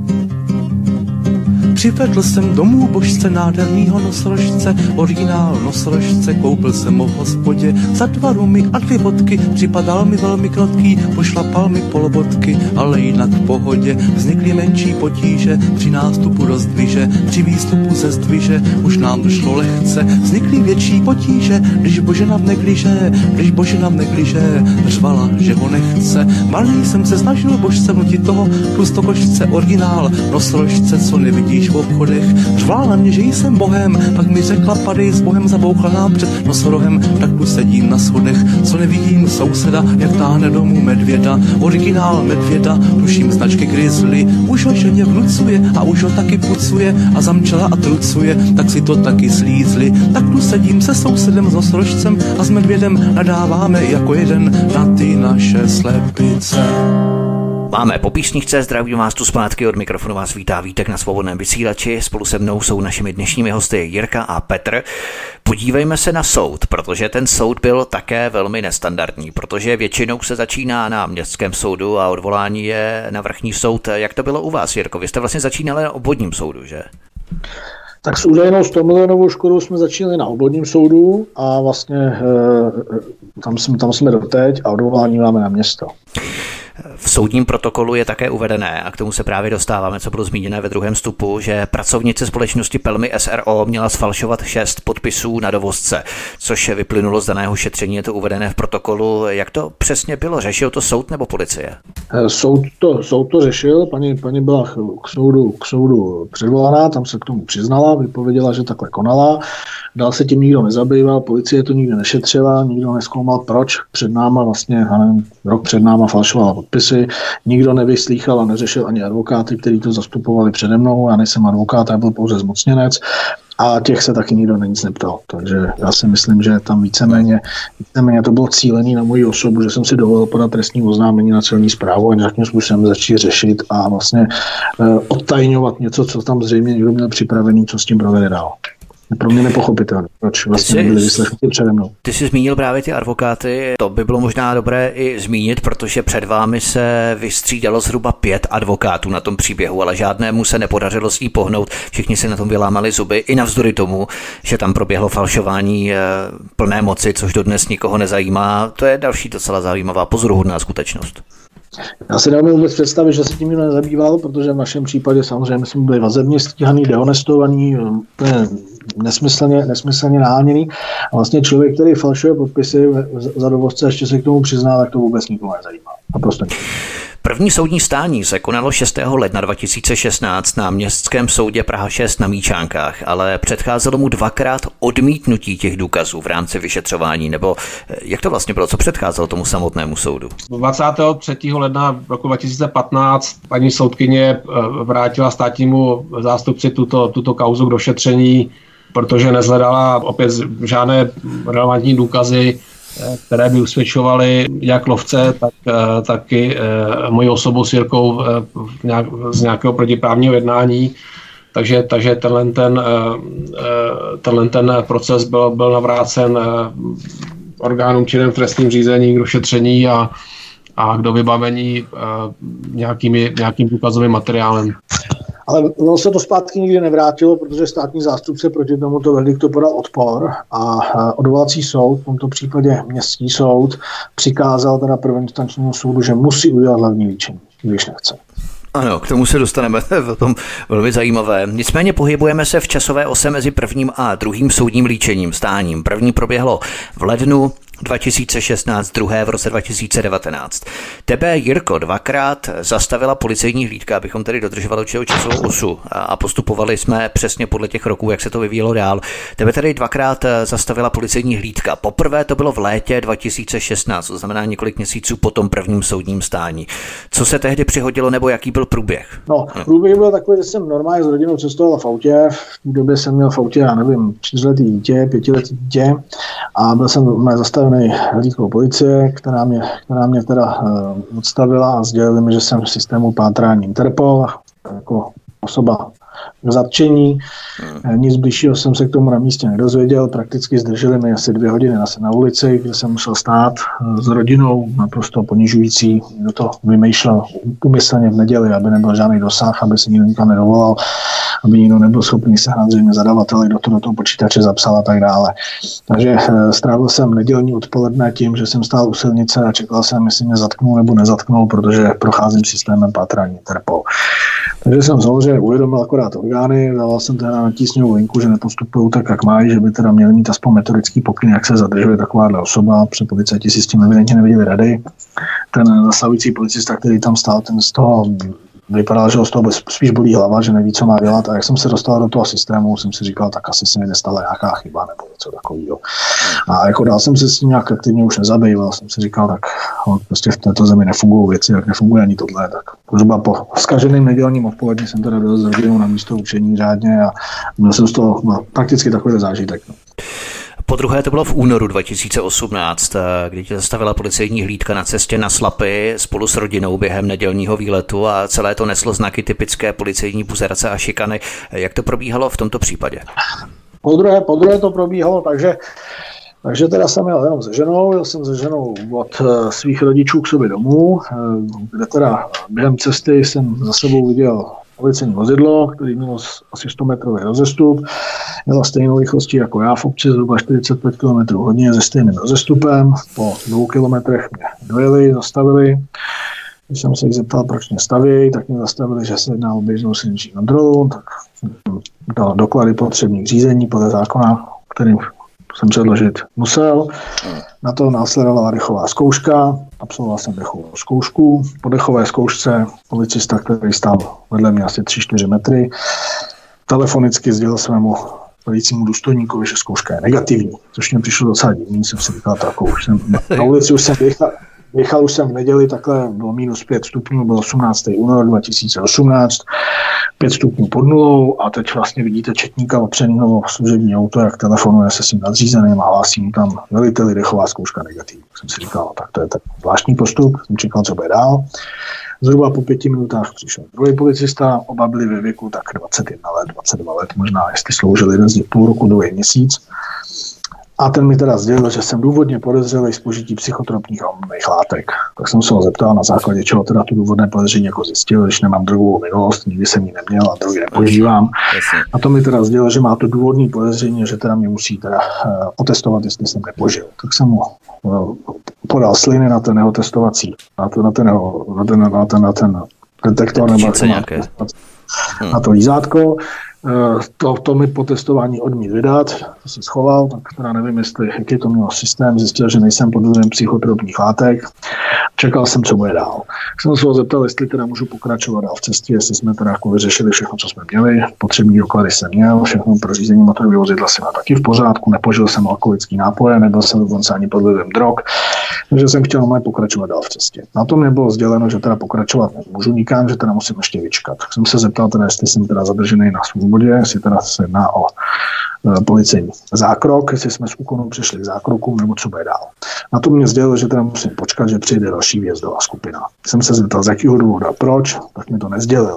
Přivedl jsem domů božce nádhernýho nosorožce, originál nosorožce, koupil jsem ho v hospodě za 2 rumy a 2 vodky, připadal mi velmi krotký, pošlapal mi polobotky, ale jinak v pohodě. Vznikly menší potíže při nástupu do zdviže, při výstupu ze zdviže už nám došlo lehce, vznikly větší potíže, když Božena v negliže řvala, že ho nechce. Malý jsem se snažil božce vnutit toho tlustokošce, originál nosorožce, co nevidíš v obchodech. Řval na mě, že jsem bohem, pak mi řekla padej s bohem, zabouchla nám před nosorohem, tak tu sedím na schodech, co nevidím souseda, jak táhne domů medvěda, originál medvěda, tuším značky Grizzly, už ho ženě vnucuje a už ho taky pucuje a zamčela a trucuje, tak si to taky slízli, tak tu sedím se sousedem, s nosorožcem a s medvědem nadáváme jako jeden na ty naše slepice. Máme po písničce, zdravím vás tu zpátky, od mikrofonu vás vítá Vítek na Svobodném vysílači, spolu se mnou jsou našimi dnešními hosty Jirka a Petr. Podívejme se na soud, protože ten soud byl také velmi nestandardní, protože většinou se začíná na městském soudu a odvolání je na vrchní soud. Jak to bylo u vás, Jirko? Vy jste vlastně začínali na obvodním soudu, že? Tak s údajnou 100 milionovou škodou jsme začínali na obvodním soudu a vlastně tam jsme doteď a odvolání máme na město. V soudním protokolu je také uvedené, a k tomu se právě dostáváme, co bylo zmíněné ve druhém vstupu, že pracovnice společnosti Pelmy SRO měla sfalšovat 6 podpisů na dovozce, což vyplynulo z daného šetření, je to uvedené v protokolu. Jak to přesně bylo? Řešil to soud nebo policie? Soud to řešil, paní byla k soudu předvolaná, tam se k tomu přiznala, vypověděla, že takhle konala. Dál se tím nikdo nezabýval, policie to nikdy nešetřila, nikdo nezkoumal, proč před náma vlastně, rok před náma falšovala podpisy, nikdo nevyslýchal a neřešil ani advokáty, kteří to zastupovali přede mnou, já nejsem advokát, já byl pouze zmocněnec a těch se taky nikdo na nic neptal. Takže já si myslím, že tam víceméně to bylo cílené na moji osobu, že jsem si dovolil podat trestní oznámení na celní správu a nějakým způsobem začít řešit a vlastně odtajňovat něco, co tam zřejmě někdo měl připravený, co s tím provede dál. Pro mě nepochopitelné, proč vlastně byli vyslechnuti přede mnou. Ty jsi zmínil právě ty advokáty, to by bylo možná dobré i zmínit, protože před vámi se vystřídalo zhruba 5 advokátů na tom příběhu, ale žádnému se nepodařilo s ní pohnout, všichni si na tom vylámali zuby, i navzdory tomu, že tam proběhlo falšování plné moci, což dodnes nikoho nezajímá. To je další docela zajímavá pozoruhodná skutečnost. Já si neumím vůbec představit, že se tím nikdo nezabýval, protože v našem případě samozřejmě jsme byli vazebně stíhaný, dehonestovaný, nesmyslně naháněný. A vlastně člověk, který falšuje podpisy za dovozce, ještě se k tomu přizná, tak to vůbec nikoho nezajímá. Naprosto nic. První soudní stání se konalo 6. ledna 2016 na Městském soudě Praha 6 na Míčánkách, ale předcházelo mu 2krát odmítnutí těch důkazů v rámci vyšetřování, nebo jak to vlastně bylo, co předcházelo tomu samotnému soudu? 23. ledna roku 2015 paní soudkyně vrátila státnímu zástupci tuto kauzu k došetření, protože nezhledala opět žádné relevantní důkazy které by usvědčovaly jak lovce, tak i moji osobu s Jirkou z nějakého protiprávního jednání. Takže tenhle ten proces byl navrácen orgánům činným v trestním řízení k došetření a k dovybavení nějakým důkazovým materiálem. Ale ono se to zpátky nikdy nevrátilo, protože státní zástupce proti tomuto verdiktu podal odpor a odvolací soud, v tomto případě městský soud, přikázal teda prvoinstančnímu soudu, že musí udělat hlavní líčení, když nechce. Ano, k tomu se dostaneme, to je v tom velmi zajímavé. Nicméně pohybujeme se v časové ose mezi prvním a druhým soudním líčením, stáním. První proběhlo v lednu 2016, druhé v roce 2019. Tebe, Jirko, dvakrát zastavila policejní hlídka, abychom tedy dodržovali určitou časovou osu a postupovali jsme přesně podle těch roků, jak se to vyvíjelo dál. Tebe tedy dvakrát zastavila policejní hlídka. Poprvé to bylo v létě 2016, to znamená několik měsíců po tom prvním soudním stání. Co se tehdy přihodilo, nebo jaký byl průběh? No, průběh byl takový, že jsem normálně s rodinou cestoval v autě. V té době jsem měl v autě, já nevím, 4letý dítě, 5letý dítě a byl jsem zastavený hlídkou policie, která mě teda odstavila a sdělili mi, že jsem v systému pátrání Interpol jako osoba k zatčení. Nic bližšího jsem se k tomu na místě nedozvěděl. Prakticky zdrželi mi asi 2 hodiny na ulici, kde jsem musel stát s rodinou, naprosto ponižující. Kdo to vymýšlel úmyslně v neděli, aby nebyl žádný dosah, aby se nikdo nikam nedovolal, aby nikdo nebyl schopný sehnat zřejmě zadavatele, kdo to do toho počítače zapsal a tak dále. Takže strávil jsem nedělní odpoledne tím, že jsem stál u silnice a čekal jsem, jestli mě zatknul nebo nezatknul, protože procházím systémem pátrání Interpol. Takže jsem samozřejmě uvědomil akorát orgány, dával jsem teda na tísňovou linku, že nepostupují tak, jak mají, že by teda měli mít aspoň metodický pokyn, jak se zadržuje takováhle osoba. Při policajti si s tím evidentně neviděli rady. Ten zasahující policista, který tam stál, ten z toho vypadal, že ho z toho spíš bolí hlava, že neví, co má dělat. A jak jsem se dostal do toho systému, jsem si říkal, tak asi se mi nestala nějaká chyba nebo něco takového. A jako dál jsem se s tím nějak aktivně už nezabýval. Jsem si říkal, tak prostě v této zemi nefungují věci, jak nefunguje ani tohle. Tak zhruba po zkaženým nedělním odpolední jsem teda byl s rodinou na místo učení řádně a měl jsem z toho prakticky takový zážitek. Po druhé to bylo v únoru 2018, kdy tě zastavila policejní hlídka na cestě na Slapy spolu s rodinou během nedělního výletu a celé to neslo znaky typické policejní buzerace a šikany. Jak to probíhalo v tomto případě? Po druhé to probíhalo, takže teda jsem jel jsem se ženou od svých rodičů k sobě domů, kde teda během cesty jsem za sebou viděl policejní vozidlo, který mělo asi 100-metrový rozestup, mělo stejnou rychlostí jako já v obci, zhruba 45 km/h se stejným rozestupem. Po 2 kilometrech mě dojeli, zastavili. Když jsem se jich zeptal, proč mě staví, tak mě zastavili, že se jedná o běžnou silniční kontrolu, tak dal doklady potřebných řízení podle zákona, kterým jsem předložit musel. Na to následovala dechová zkouška, absolvoval jsem dechovou zkoušku. Po dechové zkoušce policista, který stál vedle mě asi 3-4 metry, telefonicky sdělil svému velícímu důstojníkovi, že zkouška je negativní, což mě přišlo docela divný, jsem si říkal, tak už jsem na ulici už jsem vyjechal už jsem v neděli, takhle bylo -5 stupňů, byl 18. únor 2018, 5 stupňů pod nulou a teď vlastně vidíte četníka opřenýho služební auto, jak telefonuje se svým nadřízeným a hlásí mu tam veliteli, dechová zkouška negativní. Jsem si říkal, tak to je tak zvláštní postup, jsem čekal, co bude dál. Zhruba po 5 minutách přišel druhý policista, oba byli ve věku tak 21 let, 22 let, možná jestli sloužili jeden z nich půl roku, druhý měsíc. A ten mi teda sdělil, že jsem důvodně podezřelý z požití psychotropních a omamných látek. Tak jsem se ho zeptal, na základě čeho teda tu důvodné podezření jako zjistil, když nemám drogovou minulost, nikdy jsem ji neměl a drogy nepožívám. A to mi teda sdělil, že má to důvodné podezření, že teda mě musí teda otestovat, jestli jsem nepožil. Tak jsem mu podal sliny na ten jeho testovací, na ten detektor nebo na to lízátko. To mi po testování odmít vydat, to se schoval, tak teda nevím, jaký to měl systém, zjistil, že nejsem pod vlivem psychotropních látek. Čekal jsem, co bude dál. Jsem se ho zeptal, jestli teda můžu pokračovat dál v cestě, jestli jsme teda jako vyřešili všechno, co jsme měli, potřební doklady jsem měl, všechno pro řízení motorového vozidla jsem měl taky v pořádku, nepožil jsem alkoholický nápoje, nebyl jsem dokonce ani pod vlivem drog, takže jsem chtěl normálně pokračovat dál v cestě. Na to mě bylo sděleno, že teda pokračovat nemůžu nikam, že teda musím ještě vyčkat. Tak jsem se zeptal teda, jestli jsem teda zadržený na svobodě, jestli teda se jedná o policejní zákrok, jestli jsme z úkonu přešli k zákrokům, nebo co bude dál. Na to mě sdělil, že teda musím počkat, že přijde další výjezdová skupina. Jsem se zeptal, z jakého důvodu a proč, tak mi to nesdělil.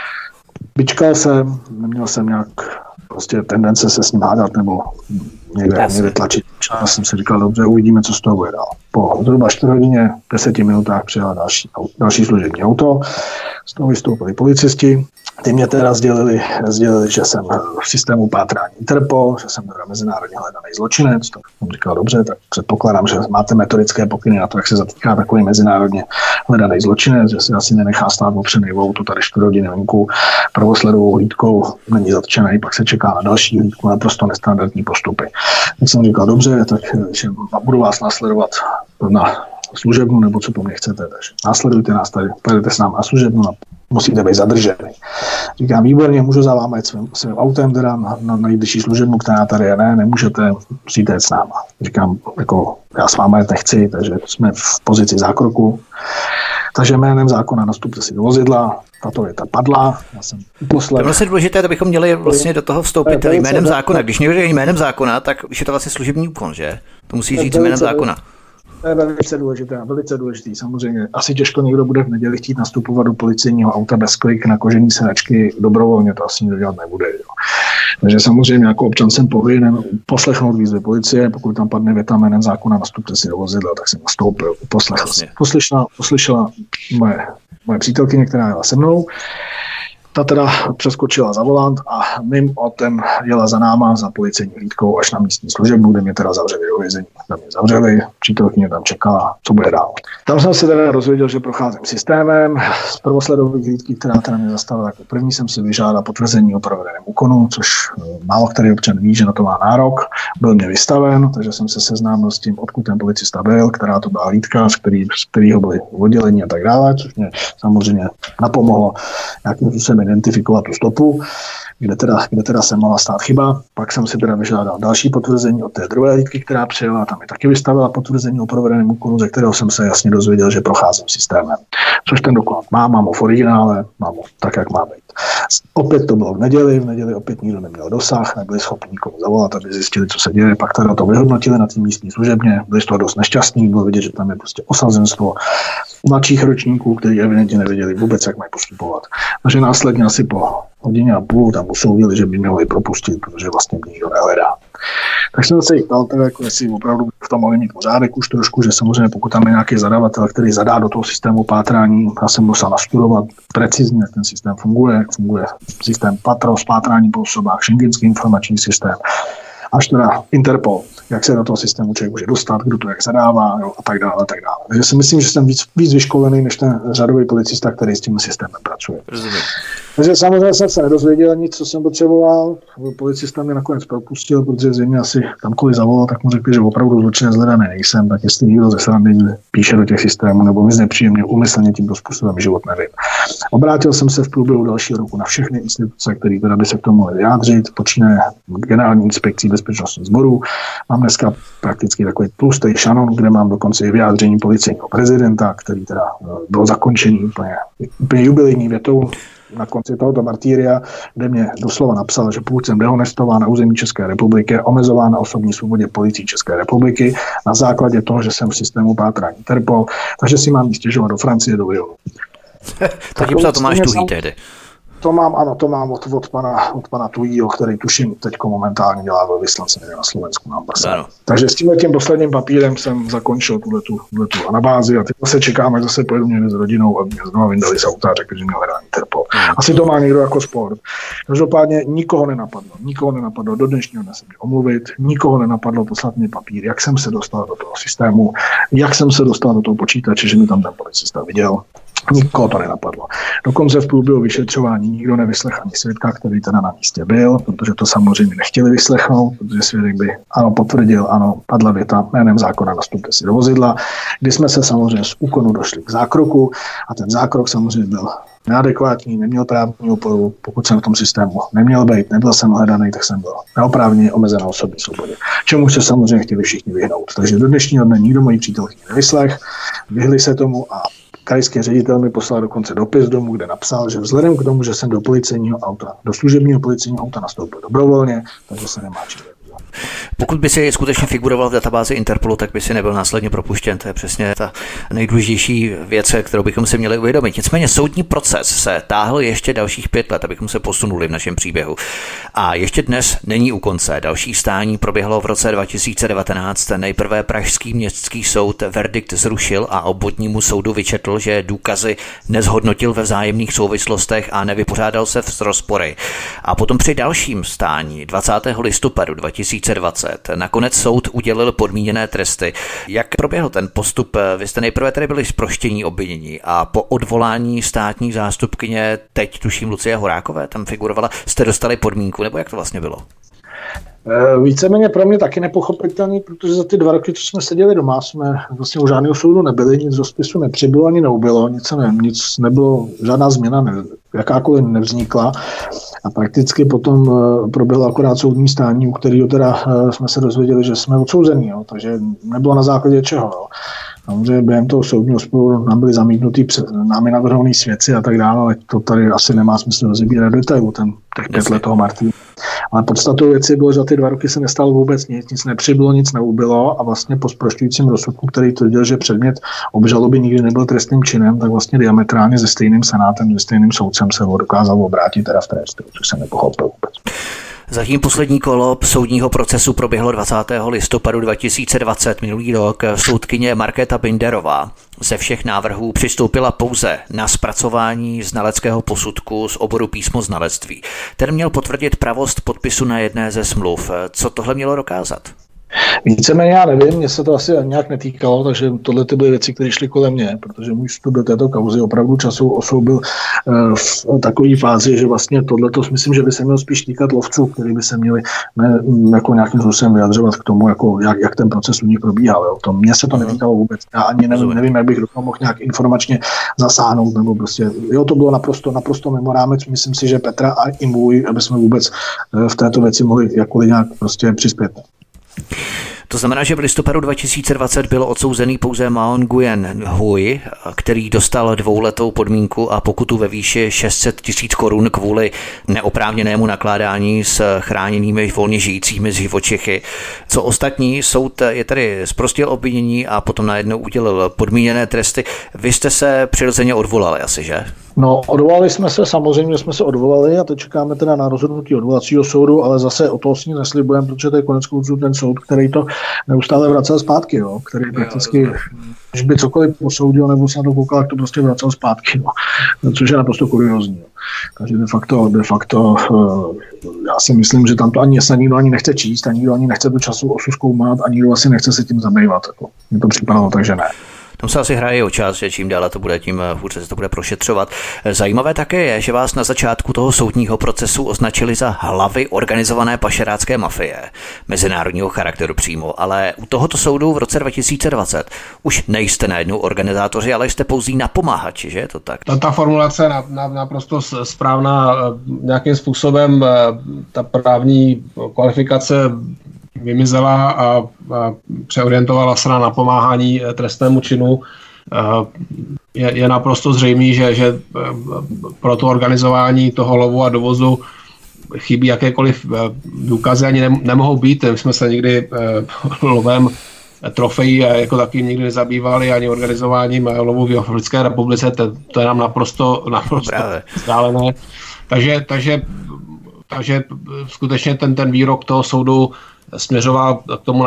Vyčkal jsem, neměl jsem nějak prostě tendence se s ním hádat nebo někde tlačit. Já jsem si říkal, dobře, uvidíme, co z toho bude dál. Po zhruba 4 hodině, 10 minutách přijela další služební auto, z toho vystoupili policisti. Ty mě teda sdělili, že jsem v systému pátrání Interpol, že jsem teda mezinárodně hledaný zločinec. Tak jsem říkal, dobře, tak předpokládám, že máte metodické pokyny na to, jak se zatýká takový mezinárodně hledaný zločinec, že si asi nenechá stát opřený v autu tady 4 hodiny venku prvosledovou hlídkou, není zatčený, pak se čeká na další hlídku, naprosto nestandardní postupy. Tak jsem říkal, dobře, takže budu vás následovat na služebnu, nebo co po mně chcete. Takže následujte nás tady, pojedete s námi na služebnu, musíte být zadržený. Říkám, výborně, můžu za váma jet svým autem, teda na nejbližší služebnu, která tady je, nemůžete, musíte jet s náma. Říkám, jako já s váma jet nechci, takže jsme v pozici zákroku. Takže jménem zákona nastupte si do vozidla, tato věta padla, já jsem uposlech. To je vlastně důležité, abychom měli vlastně do toho vstoupit jménem zákona. Když někdo je jménem zákona, tak už je to vlastně služební úkon, že? To musí říct jménem zákona. To je velice důležitý. Samozřejmě asi těžko někdo bude v neděli chtít nastupovat do policejního auta bez klik na kožený sedačky dobrovolně, to asi nikdo dělat nebude. Jo. Takže samozřejmě jako občan jsem povinen poslechnout výzvy policie, pokud tam padne věta jménem zákona nastupte si do vozidla, tak jsem nastoupil, poslyšela moje přítelkyně, která jela se mnou. Ta teda přeskočila za volant a mým autem jela za náma, za policejní hlídkou až na místní služebnu, kde mě teda zavřeli do vězení. Tam mě zavřeli, přítelkyně tam čekala, co bude dál. Tam jsem se teda dozvěděl, že procházím systémem. Z prvosledové hlídky, která teda mě zastavila jako první, jsem si vyžádal potvrzení o provedeném úkonu, což málo který občan ví, že na to má nárok. Byl mě vystaven, takže jsem se seznámil s tím, odkud ten policista byl, která to byla hlídka, z kterého byly oddělení a tak dále, což mě samozřejmě napomohlo nějakým způsobem identifikovat tu stopu, kde teda se mohla stát chyba. Pak jsem si teda vyžádal další potvrzení od té druhé hlídky, která přijela, tam mi taky vystavila potvrzení o provedeném úkonu, ze kterého jsem se jasně dozvěděl, že procházím systémem. Což ten dokument mám ho v originále, mám ho tak, jak má být. Opět to bylo v neděli opět nikdo neměl dosah, nebyli schopni nikomu zavolat, aby zjistili, co se děje. Pak teda to vyhodnotili na té místní služebně, byli z toho dost nešťastní, bylo vidět, že tam je prostě osazenstvo mladších ročníků, kteří evidentně nevěděli vůbec, jak mají postupovat. Takže následně asi po hodině a půl tam usoudili, že by měli propustit, protože vlastně nikdo nehledá. Tak jsem se jich ptal, jako jestli opravdu v tom mohli mít pořádek už trošku, že samozřejmě pokud tam je nějaký zadavatel, který zadá do toho systému pátrání, já jsem musel nastudovat precizně, jak ten systém funguje systém pátrání po osobách, schengenský informační systém, až teda Interpol, jak se do toho systému člověk může dostat, kdo to jak zadává, jo, a tak dále, a tak dále. Takže si myslím, že jsem víc vyškolený než ten řadový policista, který s tím systémem pracuje. Takže samozřejmě jsem se nedozvěděl nic, co jsem potřeboval. Policista mě nakonec propustil, protože zřejmě asi kamkoliv zavolal, tak mu řekli, že opravdu zločinec hledaný nejsem, tak jestli někdo ze srandy píše do těch systémů nebo mi znepříjemně úmyslně tímto způsobem život, nevím. Obrátil jsem se v průběhu dalšího roku na všechny instituce, které teda by se k tomu mohly vyjádřit, počínaje generální inspekcí bezpečnostních sborů. Mám dneska prakticky takový tlustý šanon, kde mám dokonce i vyjádření policejního prezidenta, který teda byl zakončený úplně jubilejní větou na konci tohoto martýria, kde mě doslova napsal, že pokud jsem dehonestován na území České republiky, omezován na osobní svobodě policií České republiky na základě toho, že jsem v systému pátrání Interpol, takže si mám stěžovat do Francie, do Lyonu. To ti psal Tomáš Tuhý tehdy. To mám od pana Tujího, který tuším teďko momentálně dělá velvyslance na Slovensku na ambasádu. Takže s tím posledním papírem jsem zakončil tuhletu anabázi a teď se čekám, až zase pojedu někde s rodinou a mě znovu vyndali z auta a řekli, že mě hledá Interpol. Asi to má někdo jako sport. Každopádně nikoho nenapadlo do dnešního dne se mě omluvit, nikoho nenapadlo poslat mi papír, jak jsem se dostal do toho systému, jak jsem se dostal do toho počítače, že mi tam ten policista viděl. Nikoho to nenapadlo. Dokonce v průběhu vyšetřování nikdo nevyslechl ani svědka, který teda na místě byl, protože to samozřejmě nechtěli vyslechnout, protože svědek by potvrdil, padla věta jménem zákona nastupte si do vozidla, kdy jsme se samozřejmě z úkonu došli k zákroku a ten zákrok samozřejmě byl neadekvátní, neměl právní oporu, pokud jsem v tom systému neměl být, nebyl jsem hledaný, tak jsem byl neoprávněně omezená osobní svobodě. Čemu se samozřejmě chtěli všichni vyhnout. Takže do dnešního dne nikdo mojí přítelkyni nevyslech, vyhli se tomu a krajský ředitel mi poslal dokonce dopis domů, kde napsal, že vzhledem k tomu, že jsem do služebního policejního auta nastoupil dobrovolně, takže se nemá čím. Pokud by si skutečně figuroval v databázi Interpolu, tak by si nebyl následně propuštěn. To je přesně ta nejdůležitější věc, kterou bychom si měli uvědomit. Nicméně soudní proces se táhl ještě dalších 5 let, abychom se posunuli v našem příběhu. A ještě dnes není u konce. Další stání proběhlo v roce 2019. Nejprve pražský městský soud verdikt zrušil a obvodnímu soudu vyčetl, že důkazy nezhodnotil ve vzájemných souvislostech a nevypořádal se s rozpory. A potom při dalším stání 20. listopadu 2020 nakonec soud udělil podmíněné tresty. Jak proběhl ten postup? Vy jste nejprve tady byli zproštění obvinění a po odvolání státní zástupkyně, teď tuším Lucie Horákové, tam figurovala, jste dostali podmínku, nebo jak to vlastně bylo? Víceméně pro mě taky nepochopitelný, protože za ty 2 roky, co jsme seděli doma, jsme vlastně u žádného soudu nebyli, nic do spisu nepřibylo ani neubylo, nic nebylo, žádná změna jakákoliv nevznikla a prakticky potom proběhlo akorát soudní stání, u kterého teda jsme se dozvěděli, že jsme odsouzení, jo, takže nebylo na základě čeho. Jo. Samozřejmě během toho soudního sporu nám byly zamítnutý námi navrhovaný svědci a tak dále, ale to tady asi nemá smysl rozebírat detailu, těch 5 let toho Martina. Ale podstatou věci bylo, že za ty 2 roky se nestalo vůbec nic nepřibylo, nic neubylo a vlastně po zprošťujícím rozsudku, který tvrdil, že předmět obžaloby nikdy nebyl trestným činem, tak vlastně diametrálně se stejným senátem, se stejným soudcem se ho dokázal obrátit teda v trestu, což jsem nepochopil vůbec. Zatím poslední kolo soudního procesu proběhlo 20. listopadu 2020 minulý rok. Soudkyně Markéta Binderová ze všech návrhů přistoupila pouze na zpracování znaleckého posudku z oboru písmo znalectví. Ten měl potvrdit pravost podpisu na jedné ze smluv. Co tohle mělo dokázat? Víceméně já nevím, mě se to asi nějak netýkalo, takže tohle ty byly věci, které šly kolem mě, protože můj vstup do této kauzy opravdu časovou osou byl v takové fázi, že vlastně tohleto myslím, že by se mělo spíš týkat lovců, kteří by se měli jako nějakým způsobem vyjadřovat k tomu, jako jak ten proces u nich probíhal. Jo. To mně se to netýkalo vůbec. Já ani nevím, jak bych do toho mohl nějak informačně zasáhnout, nebo prostě, jo, to bylo naprosto mimo rámec. Myslím si, že Petra a i můj, aby jsme vůbec v této věci mohli jakkoliv nějak prostě přispět. To znamená, že v listopadu 2020 byl odsouzený pouze Ma Nguyen Huy, který dostal 2letou podmínku a pokutu ve výši 600 000 korun kvůli neoprávněnému nakládání s chráněnými volně žijícími živočichy. Co ostatní, soud je tady zprostil obvinění a potom najednou udělil podmíněné tresty. Vy jste se přirozeně odvolali asi, že? No, odvolali jsme se, samozřejmě jsme se odvolali a teď čekáme teda na rozhodnutí odvolacího soudu, ale zase o toho s ní neslibujeme, protože to je koneckonců ten soud, který to neustále vracel zpátky, jo, který prakticky, když by cokoliv posoudil nebo se na to koukal, tak to prostě vracel zpátky, no, což je naprosto kuriózní. Jo. Takže de facto já si myslím, že tam to ani nikdo ani nechce číst, ani nikdo ani nechce tu časovou osu zkoumat, ani nikdo asi nechce se tím zabývat. Jako. Mně to připadalo, takže ne. Tam se asi hraje o čas, že čím dále to bude, tím hůře se to bude prošetřovat. Zajímavé také je, že vás na začátku toho soudního procesu označili za hlavy organizované pašerácké mafie, mezinárodního charakteru přímo, ale u tohoto soudu v roce 2020 už nejste najednou organizátoři, ale jste pouzí napomáhači, že je to tak? Ta formulace je naprosto správná. Nějakým způsobem ta právní kvalifikace vymizela a přeorientovala se na napomáhání trestnému činu. Je naprosto zřejmý, že pro to organizování toho lovu a dovozu chybí jakékoliv důkazy, ani nemohou být. My jsme se nikdy lovem trofejí jako taky nikdy nezabývali, ani organizováním lovu v Africké republice. To je nám naprosto vzdálené. Takže skutečně ten výrok toho soudu směřoval k tomu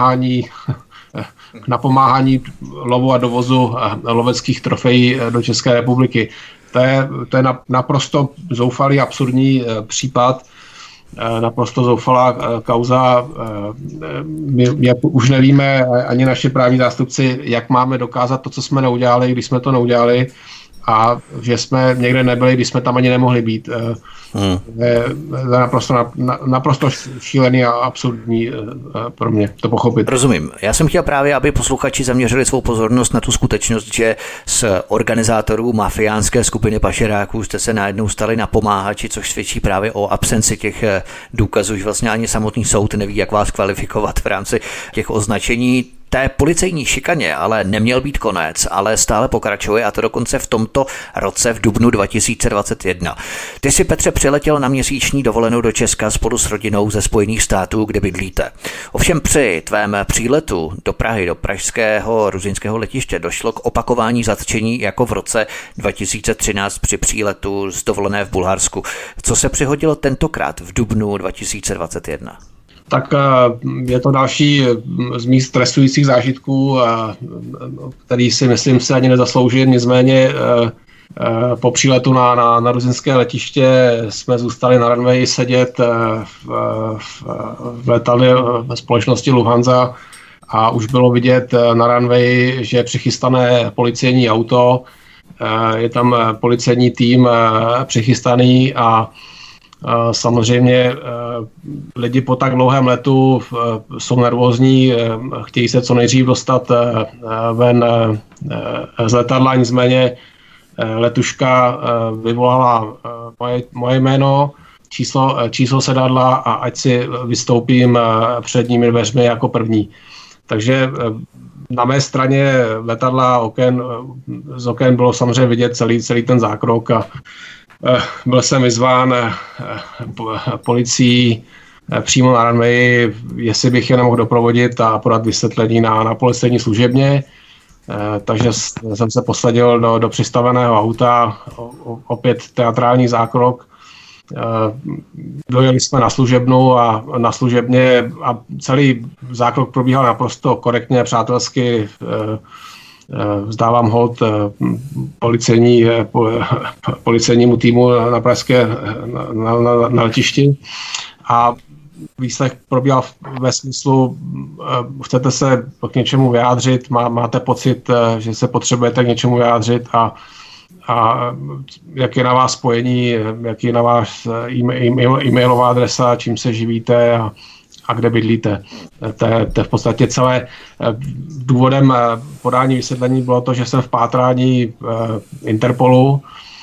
napomáhání lovu a dovozu loveckých trofejí do České republiky. To je naprosto zoufalý, absurdní případ, naprosto zoufalá kauza. My už nevíme, ani naši právní zástupci, jak máme dokázat to, co jsme neudělali, když jsme to neudělali, a že jsme někde nebyli, když jsme tam ani nemohli být. Je naprosto šílený a absurdní pro mě to pochopit. Rozumím. Já jsem chtěl právě, aby posluchači zaměřili svou pozornost na tu skutečnost, že z organizátorů mafiánské skupiny pašeráků jste se najednou stali napomáhači, což svědčí právě o absenci těch důkazů, že vlastně ani samotný soud neví, jak vás kvalifikovat v rámci těch označení. té policejní šikaně ale neměl být konec, ale stále pokračuje, a to dokonce v tomto roce v dubnu 2021. Ty si, Petře, přiletěl na měsíční dovolenou do Česka spolu s rodinou ze Spojených států, kde bydlíte. Ovšem při tvém příletu do Prahy, do pražského ruzyňského letiště, došlo k opakování zatčení jako v roce 2013 při příletu z dovolené v Bulharsku. Co se přihodilo tentokrát v dubnu 2021? Tak je to další z mých stresujících zážitků, který si myslím se ani nezaslouží. Nicméně po příletu na ruzinské letiště jsme zůstali na runwayi sedět v letadle ve společnosti Lufthansa a už bylo vidět na runwayi, že je přichystané policejní auto, je tam policejní tým přichystaný a samozřejmě lidi po tak dlouhém letu jsou nervózní, chtějí se co nejdřív dostat ven z letadla, nicméně letuška vyvolala moje jméno, číslo sedadla a ať si vystoupím předními dveřmi jako první. Takže na mé straně letadla z oken bylo samozřejmě vidět celý ten zákrok a byl jsem vyzván policií přímo na runway, jestli bych je nemohl doprovodit a podat vysvětlení na policejní služebně. Takže jsem se posadil do přistaveného auta, opět teatrální zákrok. Dojeli jsme na služebnu a na služebně a celý zákrok probíhal naprosto korektně, přátelsky. Vzdávám hold policejnímu týmu na pražské na letišti a výslech probíhal ve smyslu, chcete se k něčemu vyjádřit, máte pocit, že se potřebujete k něčemu vyjádřit a jak je na vás spojení, jak je na vás e-mailová adresa, čím se živíte a kde bydlíte. To je v podstatě celé. Důvodem podání vysvětlení bylo to, že jsem v pátrání Interpolu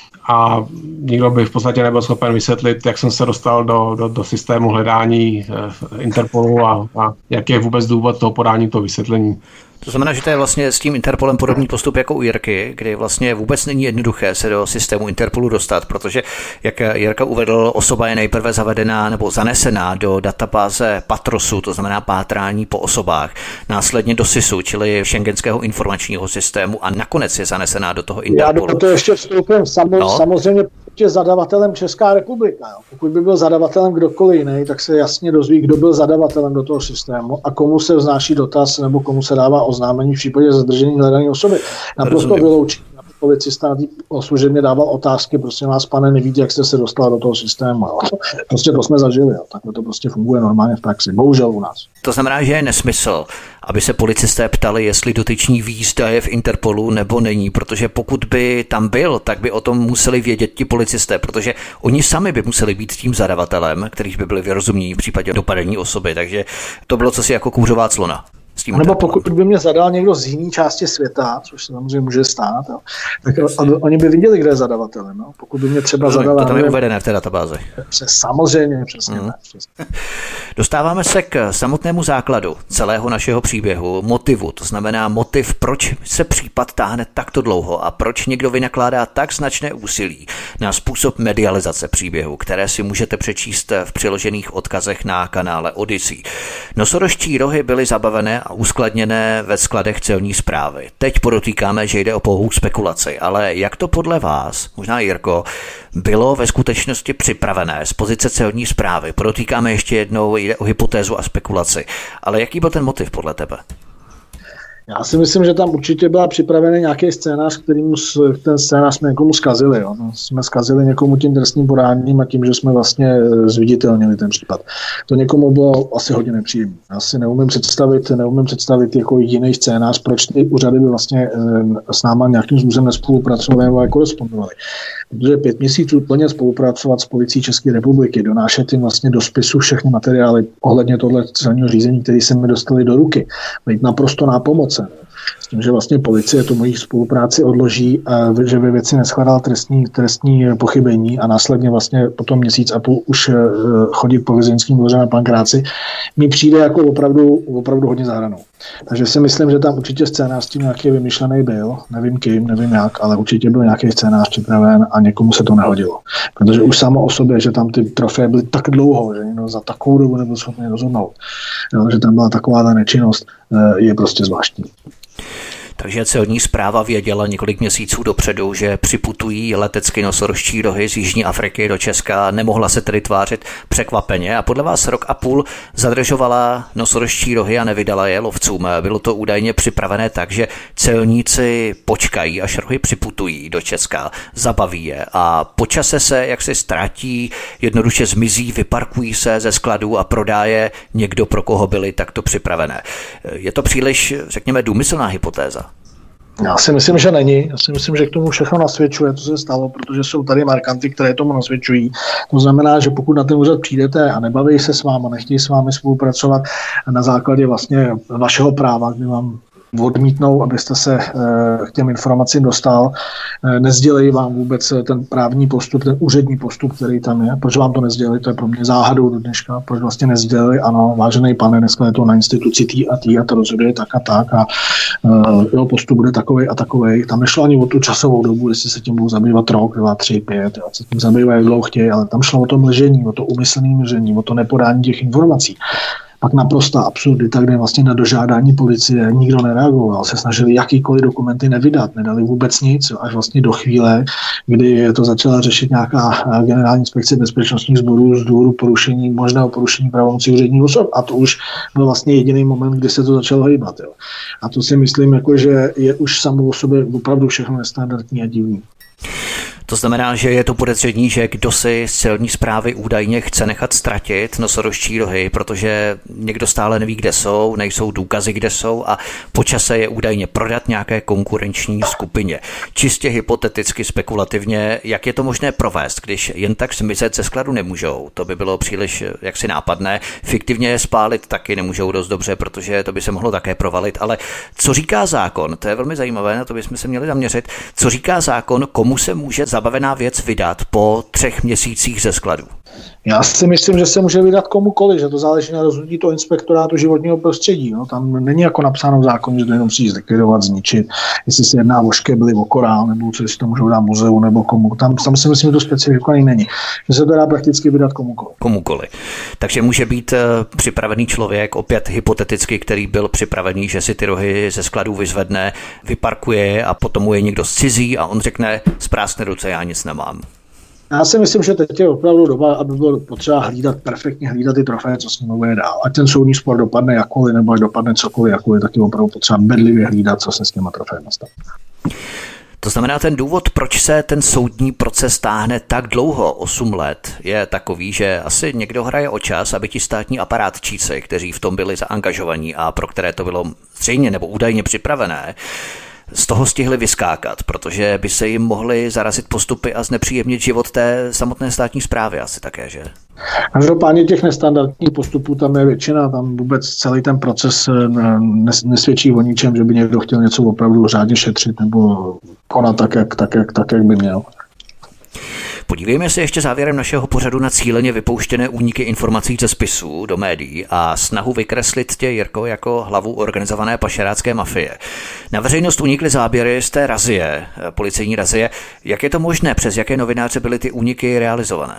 a nikdo by v podstatě nebyl schopen vysvětlit, jak jsem se dostal do systému hledání Interpolu a jaký je vůbec důvod toho podání toho vysvětlení. To znamená, že to je vlastně s tím Interpolem podobný postup jako u Jirky, kdy vlastně vůbec není jednoduché se do systému Interpolu dostat, protože, jak Jirka uvedl, osoba je nejprve zavedená nebo zanesená do databáze Patrosu, to znamená pátrání po osobách, následně do SISu, čili Schengenského informačního systému a nakonec je zanesená do toho Interpolu. Já do toho ještě vstoupím. Samozřejmě je zadavatelem Česká republika. Jo. Pokud by byl zadavatelem kdokoliv jiný, tak se jasně dozví, kdo byl zadavatelem do toho systému a komu se vznáší dotaz nebo komu se dává oznámení v případě zadržení hledané osoby. Naprosto vyloučení. Policista služebně dával otázky, prosím vás, pane, nevíte, jak jste se dostal do toho systému. Jo. Prostě to jsme zažili. Jo. Takhle to prostě funguje normálně v praxi. Bohužel u nás. To znamená, že je nesmysl, aby se policisté ptali, jestli dotyčný ví, zda je v Interpolu nebo není, protože pokud by tam byl, tak by o tom museli vědět ti policisté, protože oni sami by museli být tím zadavatelem, kterých by byli vyrozumění v případě dopadení osoby, takže to bylo cosi jako kůřová clona. Nebo pokud by mě zadal někdo z jiné části světa, což se samozřejmě může stát, jo, tak oni by viděli, kde je zadavatelem. No. Pokud by mě třeba zadal... To tam je uvedené v té databázi. Samozřejmě, přesně. Přesně. Dostáváme se k samotnému základu celého našeho příběhu, motivu. To znamená motiv, proč se případ táhne takto dlouho a proč někdo vynakládá tak značné úsilí na způsob medializace příběhu, které si můžete přečíst v přiložených odkazech na kanále Odyssey. Nosorožčí rohy byly zabavené a uskladněné ve skladech celní správy. Teď podotýkáme, že jde o pouhou spekulaci, ale jak to podle vás, možná Jirko, bylo ve skutečnosti připravené z pozice celní správy? Podotýkáme ještě jednou, jde o hypotézu a spekulaci, ale jaký byl ten motiv podle tebe? Já si myslím, že tam určitě byla připravený nějaký scénář, ten scénář jsme někomu zkazili. Jo. Jsme zkazili někomu tím trestním podáním a tím, že jsme vlastně zviditelnili ten případ. To někomu bylo asi hodně nepříjemné. Já si neumím představit jako jiný scénář, proč ty úřady by vlastně s náma nějakým způsobem nespolupracovali nebo korespondovali. Protože 5 měsíců plně spolupracovat s policií České republiky, donášet jim vlastně do spisu všechny materiály ohledně tohle celního řízení, které se mi dostali do ruky, být naprosto nápomocen. s tím, že vlastně policie tu moji spolupráci odloží, že ve věci neshledal trestní pochybení a následně vlastně potom měsíc a půl už chodit po vězeňském dvoře na Pankráci, mi přijde jako opravdu hodně za hranou. Takže si myslím, že tam určitě scénář s tím nějaký vymyšlený byl, nevím kým, nevím jak, ale určitě byl nějaký scénář připraven a někomu se to nehodilo. Protože už samo o sobě, že tam ty trofeje byly tak dlouho, že za takovou dobu nebyl schopný rozhodnout, že tam byla taková ta nečinnost, je prostě zvláštní. Takže celní správa věděla několik měsíců dopředu, že připutují letecky nosorožčí rohy z Jižní Afriky do Česka, nemohla se tedy tvářit překvapeně a podle vás rok a půl zadržovala nosorožčí rohy a nevydala je lovcům. Bylo to údajně připravené tak, že celníci počkají, až rohy připutují do Česka, zabaví je a po čase se jaksi ztratí, jednoduše zmizí, vyparkují se ze skladů a prodá je někdo, pro koho byly takto připravené. Je to příliš, řekněme, důmyslná hypotéza? Já si myslím, že není. Já si myslím, že k tomu všechno nasvědčuje, co se stalo, protože jsou tady markanty, které tomu nasvědčují. To znamená, že pokud na ten úřad přijdete a nebaví se s vámi, nechtějí s vámi spolupracovat na základě vlastně vašeho práva, kdy vám odmítnou, abyste se k těm informacím dostal, nesdělejí vám vůbec ten právní postup, ten úřední postup, který tam je. Proč vám to nesdělili? To je pro mě záhadou do dneška. Proč vlastně nesdělili? Ano, vážený pane, dneska je to na instituci tý a to rozhoduje tak a jeho postup bude takovej a takovej. Tam nešlo ani o tu časovou dobu, jestli se tím budou zabývat rok, 2, 3, 5, se tím zabývají, jak dlouho chtějí, ale tam šlo o to mlžení, o to úmyslné mlžení, o to nepodání těch informací. Pak naprostá absurdita, kde vlastně na dožádání policie nikdo nereagoval, se snažili jakýkoliv dokumenty nevydat, nedali vůbec nic, až vlastně do chvíle, kdy to začala řešit nějaká generální inspekce bezpečnostních sborů z důvodu možného porušení pravomocí úředních osob. A to už byl vlastně jediný moment, kdy se to začalo hýbat. Jo. A to si myslím, jako, že je už samo o sobě opravdu všechno nestandardní a divný. To znamená, že je to podezření, že kdo si z celní správy údajně chce nechat ztratit nosorožčí rohy, protože někdo stále neví, kde jsou, nejsou důkazy, kde jsou a po čase je údajně prodat nějaké konkurenční skupině. Čistě hypoteticky, spekulativně, jak je to možné provést, když jen tak zmizet ze skladu nemůžou? To by bylo příliš jaksi nápadné. Fiktivně je spálit taky nemůžou dost dobře, protože to by se mohlo také provalit. Ale co říká zákon? To je velmi zajímavé, na to bychom se měli zaměřit. Co říká zákon, komu se může zabavená věc vydat po 3 měsících ze skladu? Já si myslím, že se může vydat komukoliv, že to záleží na rozhodnutí toho inspektorátu životního prostředí. No, tam není jako napsáno v zákoně, že to jenom musí zlikvidovat, zničit, jestli se jedná o škebly, o korál, nebo co, jestli to můžou dát muzeu, nebo komu. Tam si myslím, že to specifikovaný není. Že se to dá prakticky vydat komukoliv. Komukoliv. Takže může být připravený člověk, opět hypoteticky, který byl připravený, že si ty rohy ze skladů vyzvedne, vyparkuje a potom mu je někdo zcizí a on řekne, spráskne ruce, já nic nemám. Já si myslím, že teď je opravdu doba, aby bylo potřeba perfektně hlídat ty trofeje, co s ním bude dál. Ať ten soudní spor dopadne jakkoliv, nebo ať dopadne cokoliv, jakkoliv, tak je opravdu potřeba bedlivě hlídat, co se s těma trofejem stane. To znamená, ten důvod, proč se ten soudní proces táhne tak dlouho, 8 let, je takový, že asi někdo hraje o čas, aby ti státní aparátčíci, kteří v tom byli zaangažovaní a pro které to bylo zřejmě nebo údajně připravené, z toho stihli vyskákat, protože by se jim mohly zarazit postupy a znepříjemnit život té samotné státní správy asi také, že? Každopádně těch nestandardních postupů tam je většina, tam vůbec celý ten proces nesvědčí o ničem, že by někdo chtěl něco opravdu řádně šetřit nebo konat tak, jak by měl. Podívejme se ještě závěrem našeho pořadu na cíleně vypouštěné úniky informací ze spisů do médií a snahu vykreslit tě, Jirko, jako hlavu organizované pašerácké mafie. Na veřejnost unikly záběry z té razie, policejní razie. Jak je to možné? Přes jaké novináře byly ty úniky realizované?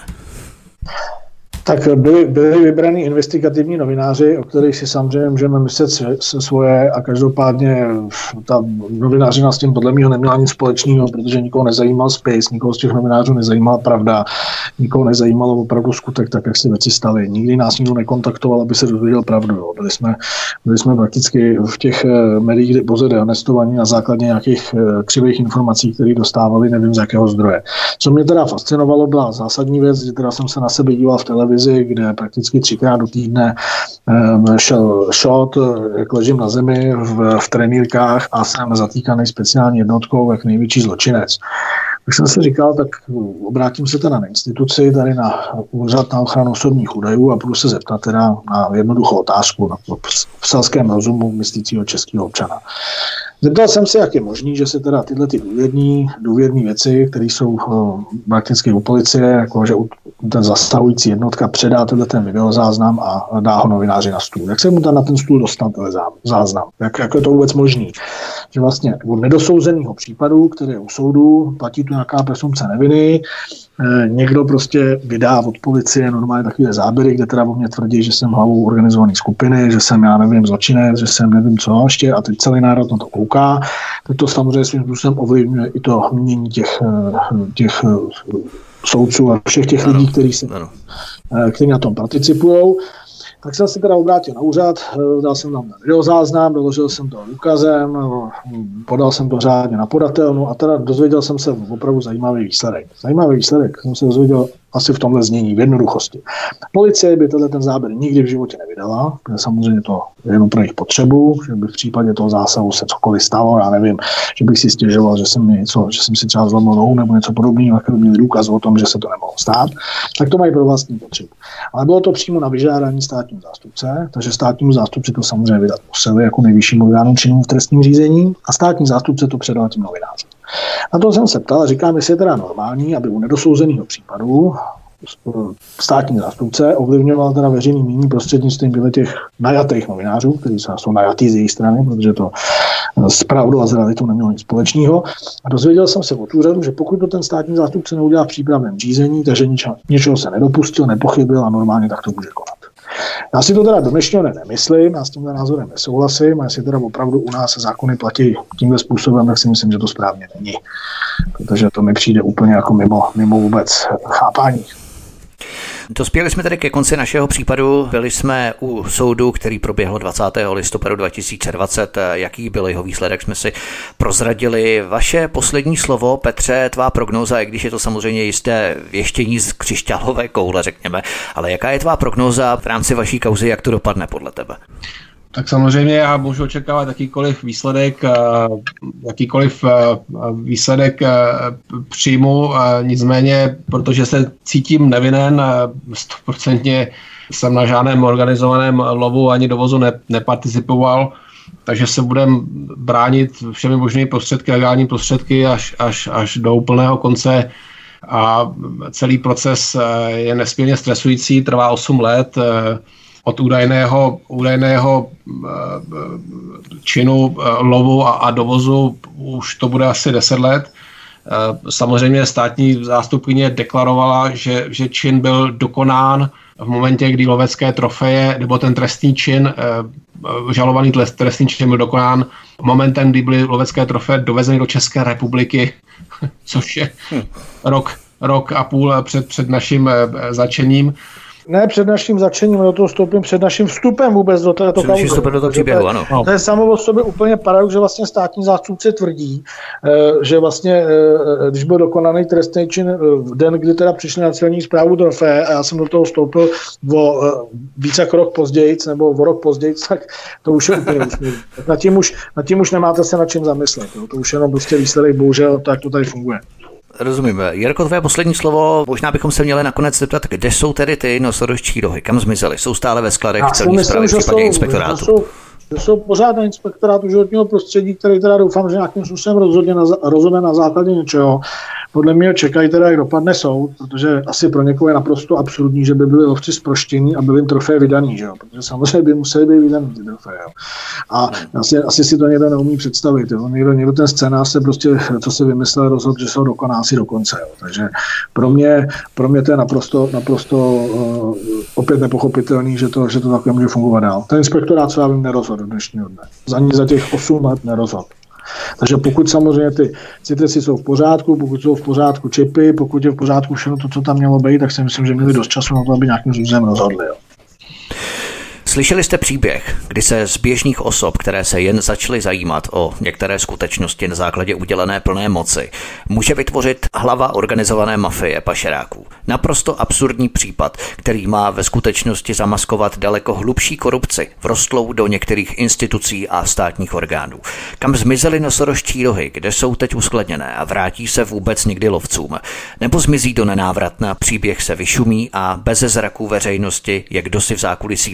Tak byli vybraní investigativní novináři, o kterých si samozřejmě můžeme myslet svoje a každopádně ta novinářina s tím podle mého neměla nic společného, protože nikoho nezajímal spis, nikoho z těch novinářů nezajímala pravda, nikoho nezajímalo opravdu skutek, tak jak se věci staly. Nikdy nás nikdo nekontaktoval, aby se dozvěděl pravdu. Jo. Byli jsme prakticky v těch médiích pouze dehonestovaní na základě nějakých křivých informací, které dostávali, nevím z jakého zdroje. Co mě teda fascinovalo, byla zásadní věc, že teda jsem se na sebe díval v televizi, kde prakticky 3krát do týdne šel shot, jak ležím na zemi v trenýrkách a jsem zatýkaný speciální jednotkou jak největší zločinec. Tak jsem si říkal, tak obrátím se teda na instituci, tady na úřad na ochranu osobních údajů a budu se zeptat teda na jednoduchou otázku v selském rozumu myslícího českého občana. Zeptal jsem se, jak je možný, že se teda tyhle ty důvěrné věci, které jsou prakticky u policie, jako že ten zasahující jednotka předá ten videozáznam a dá ho novináři na stůl. Jak se mu tam na ten stůl dostal ten záznam? Jak je to vůbec možný? Že vlastně od nedosouzeného případu, který je u soudu, platí tu nějaká presumpce neviny, někdo prostě vydá od policie normálně takové záběry, kde teda o mě tvrdí, že jsem hlavou organizované skupiny, že jsem, já nevím, zločinec, že jsem nevím co ještě a teď celý národ na to kouká. Tak to samozřejmě svým způsobem ovlivňuje i to mínění těch soudců a všech těch lidí, kteří na tom participují. Tak jsem se teda obrátil na úřad, dal jsem tam videozáznam, doložil jsem to důkazem, podal jsem to řádně na podatelnu a teda dozvěděl jsem se opravdu zajímavý výsledek. Zajímavý výsledek jsem se dozvěděl asi v tomhle znění, v jednoduchosti. Policie by ten záběr nikdy v životě nevydala, protože samozřejmě to je jenom pro jejich potřebu, že by v případě toho zásahu se cokoliv stalo, já nevím, že bych si stěžoval, že jsem si třeba zlomil nohu nebo něco podobného, tak by měli důkaz o tom, že se to nemohlo stát, tak to mají pro vlastní potřebu. Ale bylo to přímo na vyžádání státního zástupce, takže státnímu zástupci to samozřejmě vydat museli jako nejvyššímu orgánu činnému v trestním řízení a státní zástupce to předal tím novinářům. Na to jsem se ptal a říkám, jestli je teda normální, aby u nedosouzeného případu státní zástupce ovlivňoval teda veřejný mínění prostřednictvím těch najatých novinářů, kteří jsou najatí z jejich strany, protože to s pravdou a s realitou nemělo nic společného. A dozvěděl jsem se od úřadu, že pokud to ten státní zástupce neudělá v přípravném řízení, takže něčeho se nedopustil, nepochybil a normálně tak to může konat. Já si to teda do dnešního nemyslím, já s tímhle názorem nesouhlasím a jestli teda opravdu u nás zákony platí tímhle způsobem, tak si myslím, že to správně není. Protože to mi přijde úplně jako mimo vůbec chápání. Dospěli jsme tedy ke konci našeho případu. Byli jsme u soudu, který proběhl 20. listopadu 2020. Jaký byl jeho výsledek, jsme si prozradili. Vaše poslední slovo, Petře, tvá prognóza, i když je to samozřejmě jisté věštění z křišťálové koule, řekněme, ale jaká je tvá prognóza v rámci vaší kauzy, jak to dopadne podle tebe? Tak samozřejmě já můžu očekávat jakýkoliv výsledek přijmu, nicméně, protože se cítím nevinen, 100% jsem na žádném organizovaném lovu ani dovozu neparticipoval, takže se budem bránit všemi možnými prostředky, legální prostředky až do úplného konce a celý proces je nesmírně stresující, trvá 8 let, od údajného činu lovu a dovozu už to bude asi 10 let. Samozřejmě státní zástupkyně deklarovala, že čin byl dokonán v momentě, kdy lovecké trofeje, nebo ten trestný čin, žalovaný trestný čin byl dokonán momentem, kdy byly lovecké trofeje dovezeny do České republiky, což je rok a půl před naším začením. Ne před naším začením, do toho vstoupím před naším vstupem vůbec do této kauzy. Příběhu, ano. To je samo o sobě úplně paradox, že vlastně státní zástupce tvrdí, že vlastně, když byl dokonaný trestný čin v den, kdy teda přišli na celní správu trofeje a já jsem do toho vstoupil o více jak rok později, nebo o rok později, tak to už je úplně úsměvné. Nad tím už nemáte se nad čím zamyslet. Jo. To už jenom prostě výsledek, bohužel, tak to tady funguje. Rozumím. Jirko, tvé poslední slovo, možná bychom se měli nakonec zeptat, kde jsou tedy ty nosorožčí rohy, kam zmizely? Jsou stále ve skladech celní správy, případně inspektorátu? Jsou pořád na inspektorátu životního prostředí, který teda doufám, že nějakým způsobem rozhodne na základě něčeho. Podle mě čekají teda, jak dopadne soud, protože asi pro někoho je naprosto absurdní, že by byli lovci zproštění a byli jim trofeje vydaný, že jo? Protože samozřejmě by museli být vydaný ty trofeje. Jo? A asi si to někdo neumí představit. Jo? Někdo ten scénář se prostě, co si vymyslel, rozhodl, že se ho dokoná asi do konce. Jo? Takže pro mě to je naprosto opět nepochopitelný, že to takhle může fungovat dál. Ten inspektorát se vím nerozhodl dnešního dne. Za těch 8 let nerozhodl. Takže pokud samozřejmě ty citrusy jsou v pořádku, pokud jsou v pořádku čipy, pokud je v pořádku všechno to, co tam mělo být, tak si myslím, že měli dost času na to, aby nějakým způsobem rozhodli. Jo. Slyšeli jste příběh, kdy se z běžných osob, které se jen začaly zajímat o některé skutečnosti na základě udělené plné moci, může vytvořit hlava organizované mafie pašeráků. Naprosto absurdní případ, který má ve skutečnosti zamaskovat daleko hlubší korupci, vrostlou do některých institucí a státních orgánů. Kam zmizely nosorožčí rohy, kde jsou teď uskladněné a vrátí se vůbec nikdy lovcům? Nebo zmizí do nenávratna, příběh se vyšumí a beze zraku veřejnosti je kdo si v zákulisí prodá.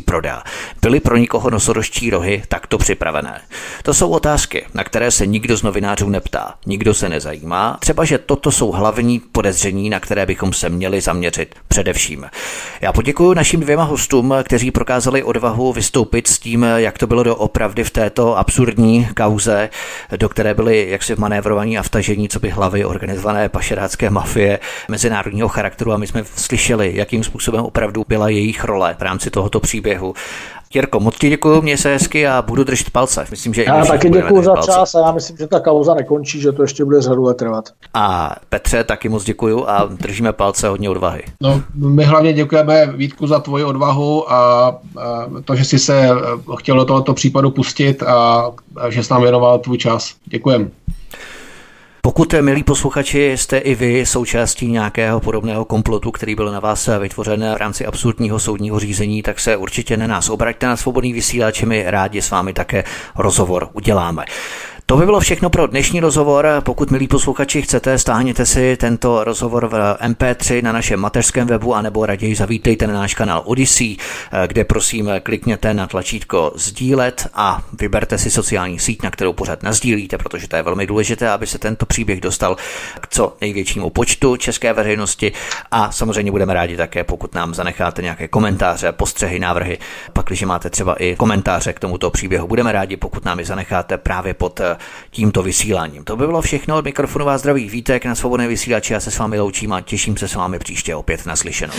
Byly pro nikoho nosorožčí rohy takto připravené? To jsou otázky, na které se nikdo z novinářů neptá, nikdo se nezajímá, třeba že toto jsou hlavní podezření, na které bychom se měli zaměřit především. Já poděkuji našim dvěma hostům, kteří prokázali odvahu vystoupit s tím, jak to bylo doopravdy v této absurdní kauze, do které byly jaksi manévrovaní a vtažení co by hlavy organizované pašerácké mafie mezinárodního charakteru a my jsme slyšeli, jakým způsobem opravdu byla jejich role v rámci tohoto příběhu. Jirko, moc ti děkuju, měj se hezky a budu držet palce. Myslím, že já taky děkuju za čas a já myslím, že ta kauza nekončí, že to ještě bude řadu let trvat. A Petře, taky moc děkuju a držíme palce, hodně odvahy. No, my hlavně děkujeme, Vítku, za tvoji odvahu a to, že jsi se chtěl do tohoto případu pustit a že jsi nám věnoval tvůj čas. Děkujem. Pokud, milí posluchači, jste i vy součástí nějakého podobného komplotu, který byl na vás vytvořen v rámci absurdního soudního řízení, tak se určitě na nás obraťte na Svobodný vysílač, my rádi s vámi také rozhovor uděláme. To by bylo všechno pro dnešní rozhovor. Pokud, milí posluchači, chcete, stáhněte si tento rozhovor v MP3 na našem mateřském webu, anebo raději zavítejte na náš kanál Odyssey, kde prosím klikněte na tlačítko sdílet a vyberte si sociální síť, na kterou pořád nasdílíte, protože to je velmi důležité, aby se tento příběh dostal k co největšímu počtu české veřejnosti a samozřejmě budeme rádi také, pokud nám zanecháte nějaké komentáře, postřehy, návrhy, pakliže máte třeba i komentáře k tomuto příběhu. Budeme rádi, pokud nám je zanecháte právě pod tímto vysíláním. To by bylo všechno, od mikrofonu vás zdraví Vítek na Svobodné vysílači, já se s vámi loučím a těším se s vámi příště opět naslyšenou.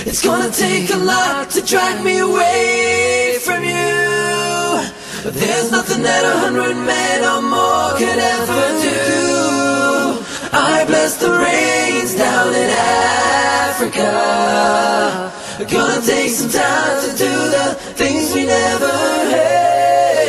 I bless the rains down in Africa. Gonna take some time to do the things we never had.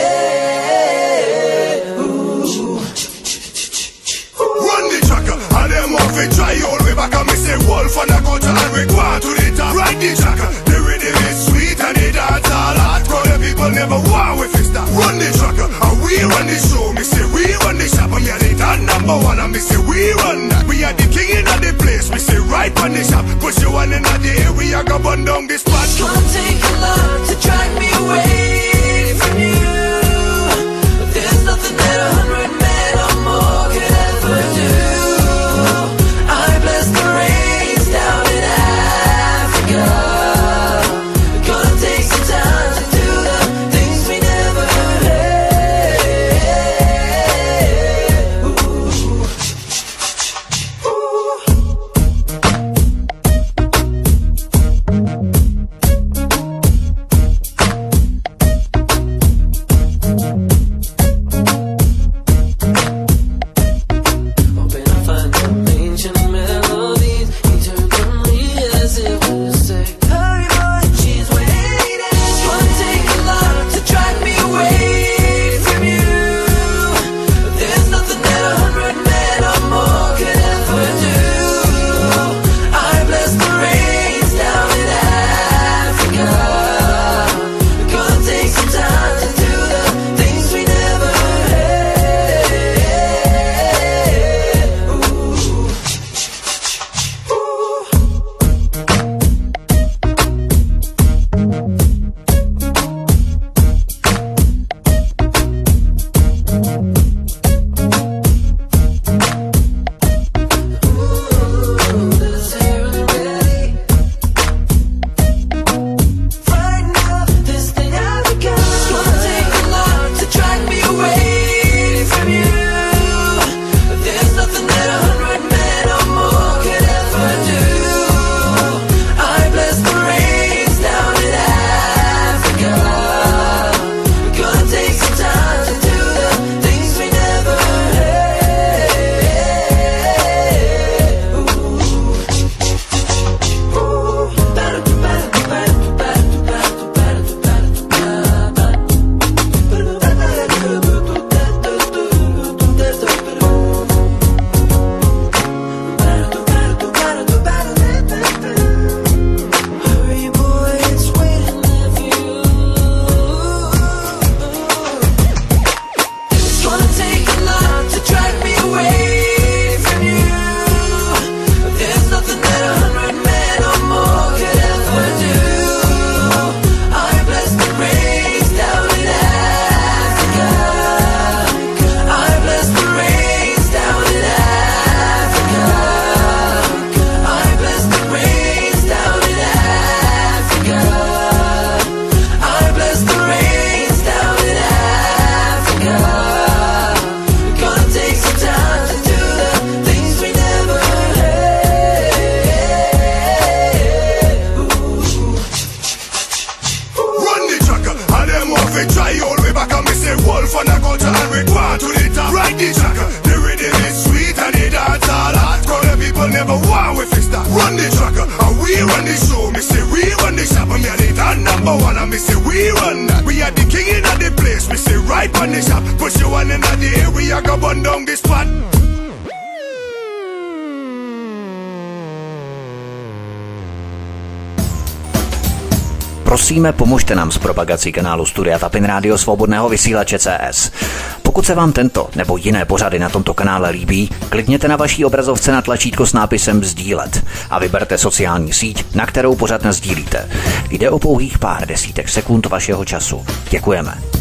Run the tracker, and them off it try all way back and me say wolf and I go to and we go on to the top. Ride the tracker, the rhythm is sweet and the dance all hardcore. The people never want we fix that. Run the tracker, and we run the show. Me say we run the shop and yeah they done number one and me say we run that. We are the king in the place. Me say right on the shop, push you one in the area, go burn down this spot. It's gonna take a lot to drag me away. try all way back and me say wolf on the culture and we go on to the top. Ride the tracker, the rhythm is sweet and the dance all hardcore. The people never want we fix that. Run the tracker and we run the show. Me say we run the shop and me are the number one and me say we run that. We are the king in the place. Me say right on the shop. Push you one in the air, we are go burn down this spot. Prosíme, pomožte nám s propagací kanálu Studia Tapin Rádio Svobodného vysílače CS. Pokud se vám tento nebo jiné pořady na tomto kanále líbí, klikněte na vaší obrazovce na tlačítko s nápisem sdílet a vyberte sociální síť, na kterou pořad nasdílíte. Jde o pouhých pár desítek sekund vašeho času. Děkujeme.